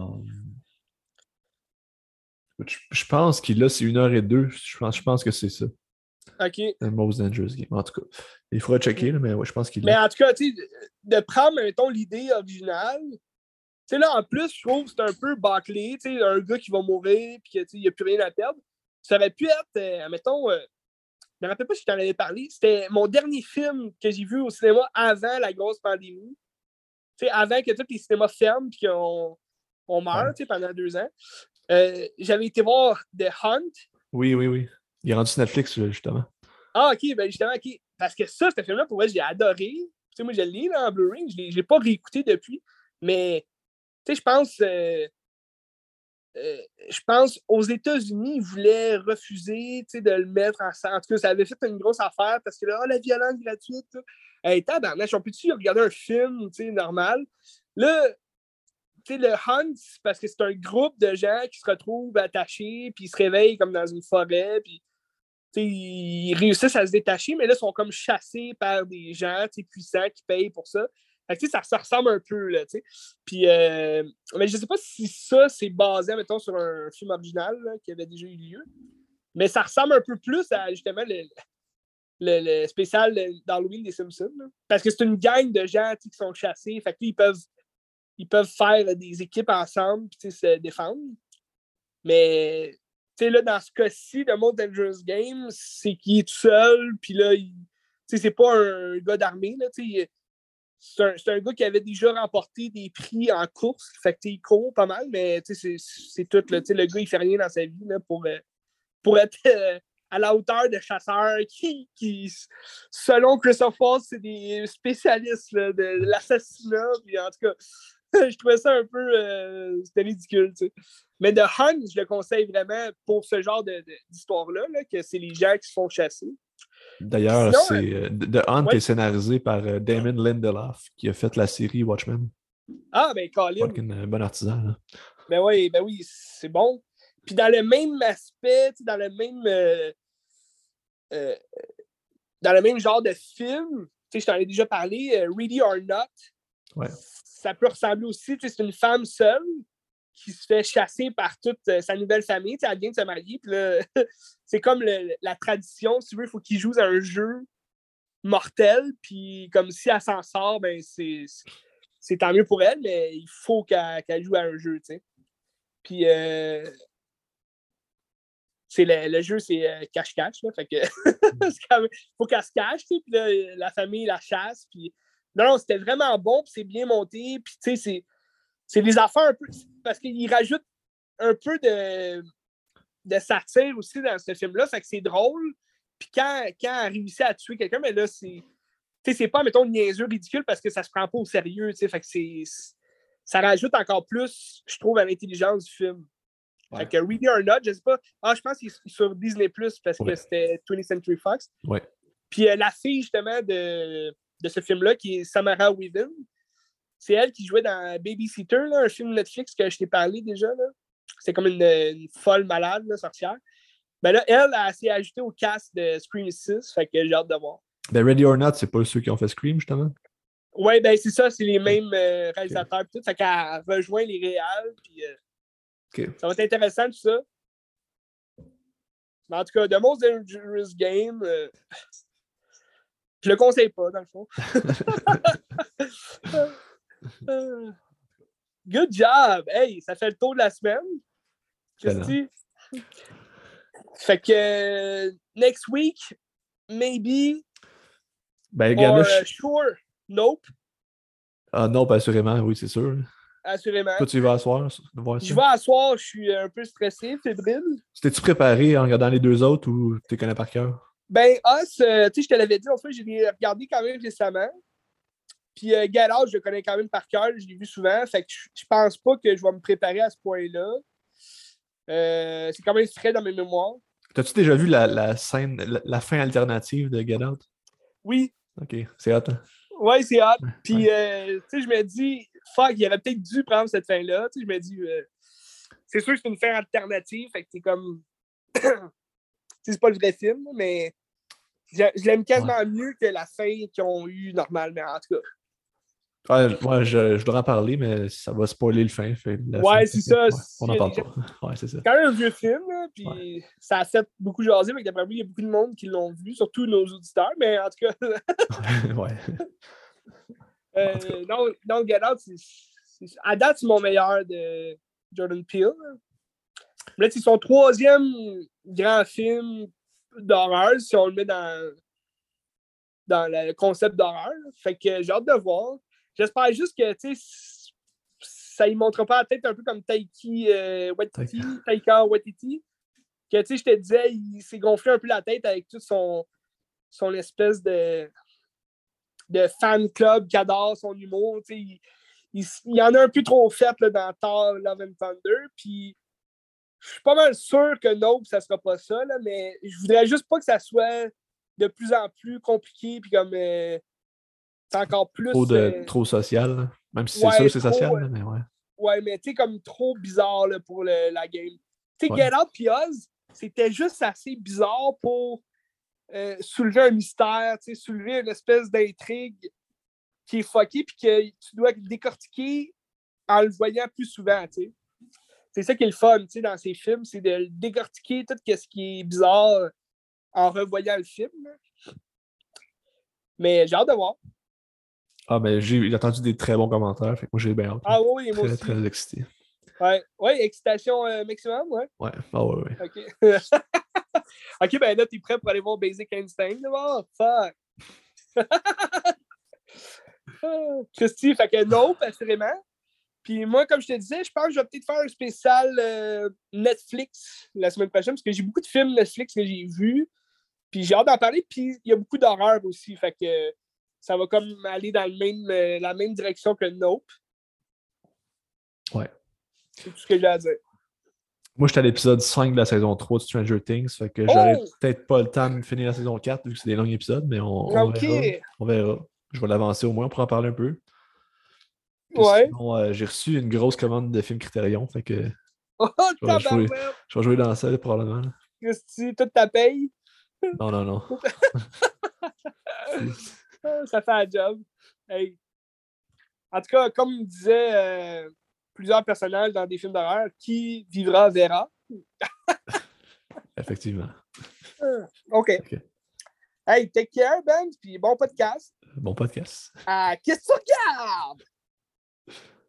Speaker 2: Je pense qu'il a, c'est 1h02. Je pense que c'est ça.
Speaker 1: OK.
Speaker 2: The Most Dangerous Game. En tout cas, il faudra checker, là, mais ouais, je pense qu'il
Speaker 1: Mais
Speaker 2: l'a.
Speaker 1: en tout cas, tu sais, de prendre, mettons, l'idée originale, tu sais, là, en plus, je trouve que c'est un peu bâclé, tu sais, un gars qui va mourir, puis qu'il n'y a plus rien à perdre. Ça aurait pu être, mettons, je me rappelle pas si je t'en avais parlé, c'était mon dernier film que j'ai vu au cinéma avant la grosse pandémie. Tu sais, avant que tous les cinémas ferment, puis qu'on meurt, tu sais, pendant 2 ans. J'avais été voir The Hunt.
Speaker 2: Oui. Il est rendu sur Netflix, justement.
Speaker 1: Ah, OK, ben justement, OK. Parce que ça, ce film-là, pour moi, j'ai adoré. Tu sais, moi, je l'ai là, en Blu-ray. Je l'ai pas réécouté depuis. Mais, tu sais, je pense aux États-Unis, ils voulaient refuser de le mettre en tout cas, ça avait fait une grosse affaire parce que là, la violence gratuite. Hey, tabarnak, on peut-tu regarder un film normal? Là, tu sais, le Hunt, c'est parce que c'est un groupe de gens qui se retrouvent attachés, puis ils se réveillent comme dans une forêt, puis ils réussissent à se détacher, mais là, ils sont comme chassés par des gens puissants qui payent pour ça. Fait que, ça ressemble un peu, là, tu sais. Puis, mais je sais pas si ça, c'est basé, mettons, sur un film original là, qui avait déjà eu lieu. Mais ça ressemble un peu plus à, justement, le spécial d'Halloween des Simpsons. Là. Parce que c'est une gang de gens qui sont chassés. Fait que ils peuvent faire des équipes ensemble et se défendre. Mais là, dans ce cas-ci, le Most Dangerous Game, c'est qu'il est tout seul, puis là, c'est pas un gars d'armée. C'est un gars qui avait déjà remporté des prix en course. Fait que il court pas mal, mais c'est tout. Là, le gars, il fait rien dans sa vie là, pour être à la hauteur de chasseurs qui selon Christophe Waltz, c'est des spécialistes là, de l'assassinat. Puis en tout cas, je trouvais ça un peu c'était ridicule. T'sais. Mais The Hunt, je le conseille vraiment pour ce genre d'histoire-là, là, que c'est les gens qui se font chasser.
Speaker 2: D'ailleurs, The Hunt est scénarisé par Damon Lindelof, qui a fait la série Watchmen.
Speaker 1: Ah, ben, Colin.
Speaker 2: Un bon artisan. Là.
Speaker 1: Ben oui, c'est bon. Puis dans le même aspect, dans le même genre de film, je t'en ai déjà parlé, Ready or Not.
Speaker 2: Ouais.
Speaker 1: Ça peut ressembler aussi, c'est une femme seule qui se fait chasser par toute sa nouvelle famille. Elle vient de se marier, puis là, c'est comme la tradition, si tu veux, il faut qu'il joue à un jeu mortel, puis comme si elle s'en sort, ben c'est tant mieux pour elle, mais il faut qu'elle joue à un jeu, tu sais. Puis le jeu, c'est cache-cache, fait que il faut qu'elle se cache, puis là, la famille la chasse, puis non, c'était vraiment bon, puis c'est bien monté, puis tu sais, c'est des affaires un peu, parce qu'il rajoute un peu de satire aussi dans ce film-là, fait que c'est drôle, puis quand elle réussit à tuer quelqu'un, mais là, c'est pas, mettons, niaiseux, ridicule, parce que ça se prend pas au sérieux, tu sais, fait que ça rajoute encore plus, je trouve, à l'intelligence du film. Ouais. Fait que Ready or Not, je sais pas. Ah, je pense qu'il est sur Disney+, parce que c'était 20th Century Fox.
Speaker 2: Ouais.
Speaker 1: Puis la fille, justement, de ce film-là, qui est Samara Weaving, c'est elle qui jouait dans Babysitter, là, un film Netflix que je t'ai parlé déjà. Là. C'est comme une folle malade, là, sorcière. Ben là, elle s'est ajoutée au cast de Scream 6, fait que j'ai hâte de voir.
Speaker 2: Ben Ready or Not, c'est pas ceux qui ont fait Scream, justement?
Speaker 1: Ouais, ben c'est ça, c'est les mêmes réalisateurs. Tout, fait qu'elle rejoint les réals. Puis, ça va être intéressant, tout ça. Mais en tout cas, The Most Dangerous Game, je le conseille pas, dans le fond. Good job! Hey, ça fait le tour de la semaine. Christy. Fait que next week, maybe,
Speaker 2: Ben,
Speaker 1: or sure, nope.
Speaker 2: Ah non, pas assurément, oui, c'est sûr.
Speaker 1: Assurément.
Speaker 2: Toi, tu y vas asseoir, voir ça?
Speaker 1: Je vais asseoir, je suis un peu stressé, fébrile.
Speaker 2: T'es-tu préparé en regardant les deux autres ou tu les connais par cœur?
Speaker 1: Ben, Us, tu sais, je te l'avais dit, en fait, j'ai regardé quand même récemment. Puis Get Out, je le connais quand même par cœur, je l'ai vu souvent. Fait que je pense pas que je vais me préparer à ce point-là. C'est quand même frais dans mes mémoires.
Speaker 2: T'as-tu déjà vu la scène, la fin alternative de Get Out?
Speaker 1: Oui.
Speaker 2: Ok, c'est hot. Hein?
Speaker 1: Ouais, c'est hot. Puis,
Speaker 2: ouais.
Speaker 1: tu sais, je me dis, fuck, il aurait peut-être dû prendre cette fin-là. Tu sais, je me dis, c'est sûr que c'est une fin alternative. Fait que c'est comme. C'est pas le vrai film, mais je l'aime quasiment mieux que la fin qu'ils ont eue normalement, en tout cas.
Speaker 2: Ouais, je dois en parler, mais ça va spoiler le fin.
Speaker 1: Ouais, c'est ça.
Speaker 2: Ouais, on n'en parle pas. Ouais, c'est ça.
Speaker 1: C'est quand même un vieux film, là, puis ça a fait beaucoup jaser, mais d'après moi, il y a beaucoup de monde qui l'ont vu, surtout nos auditeurs, mais en tout cas.
Speaker 2: ouais.
Speaker 1: Non, Get Out, à date, c'est mon meilleur de Jordan Peele. Là, c'est son troisième grand film d'horreur, si on le met dans le concept d'horreur. Fait que j'ai hâte de voir. J'espère juste que, tu sais, ça ne montre pas la tête un peu comme Taika Waititi. Que, tu sais, je te disais, il s'est gonflé un peu la tête avec toute son espèce de fan club qui adore son humour. Tu sais, il y en a un peu trop fait là, dans Thor, Love and Thunder. Puis, je suis pas mal sûr que Nope, ça sera pas ça, là, mais je voudrais juste pas que ça soit de plus en plus compliqué. Puis, comme. C'est encore plus.
Speaker 2: Trop social, là. Même si c'est
Speaker 1: ouais,
Speaker 2: sûr que c'est
Speaker 1: trop,
Speaker 2: social, là, mais ouais.
Speaker 1: Ouais, mais tu sais, comme trop bizarre là, pour la game. Tu sais, Get Out et Oz, c'était juste assez bizarre pour soulever un mystère, soulever une espèce d'intrigue qui est fuckée puis que tu dois décortiquer en le voyant plus souvent, tu sais. C'est ça qui est le fun, tu sais, dans ces films, c'est de décortiquer tout ce qui est bizarre en revoyant le film. Mais j'ai hâte de voir.
Speaker 2: Ah, ben, j'ai entendu des très bons commentaires, fait que moi, j'ai bien hâte.
Speaker 1: Ah oui, moi aussi.
Speaker 2: Très excité.
Speaker 1: Ouais, excitation maximum, ouais.
Speaker 2: Ouais, ah ouais.
Speaker 1: OK. OK, ben là, t'es prêt pour aller voir Basic Instinct, d'abord? Fuck! Christy, fait que Nope, assurément. Puis moi, comme je te disais, je pense que je vais peut-être faire un spécial Netflix la semaine prochaine, parce que j'ai beaucoup de films Netflix que j'ai vus. Puis j'ai hâte d'en parler, puis il y a beaucoup d'horreur aussi, fait que ça va comme aller dans la même direction que Nope.
Speaker 2: Ouais.
Speaker 1: C'est tout ce que j'ai à dire.
Speaker 2: Moi, j'étais à l'épisode 5 de la saison 3 de Stranger Things, fait que j'aurais peut-être pas le temps de finir la saison 4 vu que c'est des longs épisodes, mais on verra. On verra. Je vais l'avancer au moins pour en parler un peu. Puis sinon, j'ai reçu une grosse commande de films Criterion, fait que je vais jouer dans ça probablement.
Speaker 1: Christy, toute ta paye?
Speaker 2: Non.
Speaker 1: Ça fait un job. Hey. En tout cas, comme disaient plusieurs personnages dans des films d'horreur, qui vivra verra.
Speaker 2: Effectivement.
Speaker 1: OK. Hey, take care, Ben, puis bon podcast.
Speaker 2: Bon podcast.
Speaker 1: Qu'est-ce que tu regardes?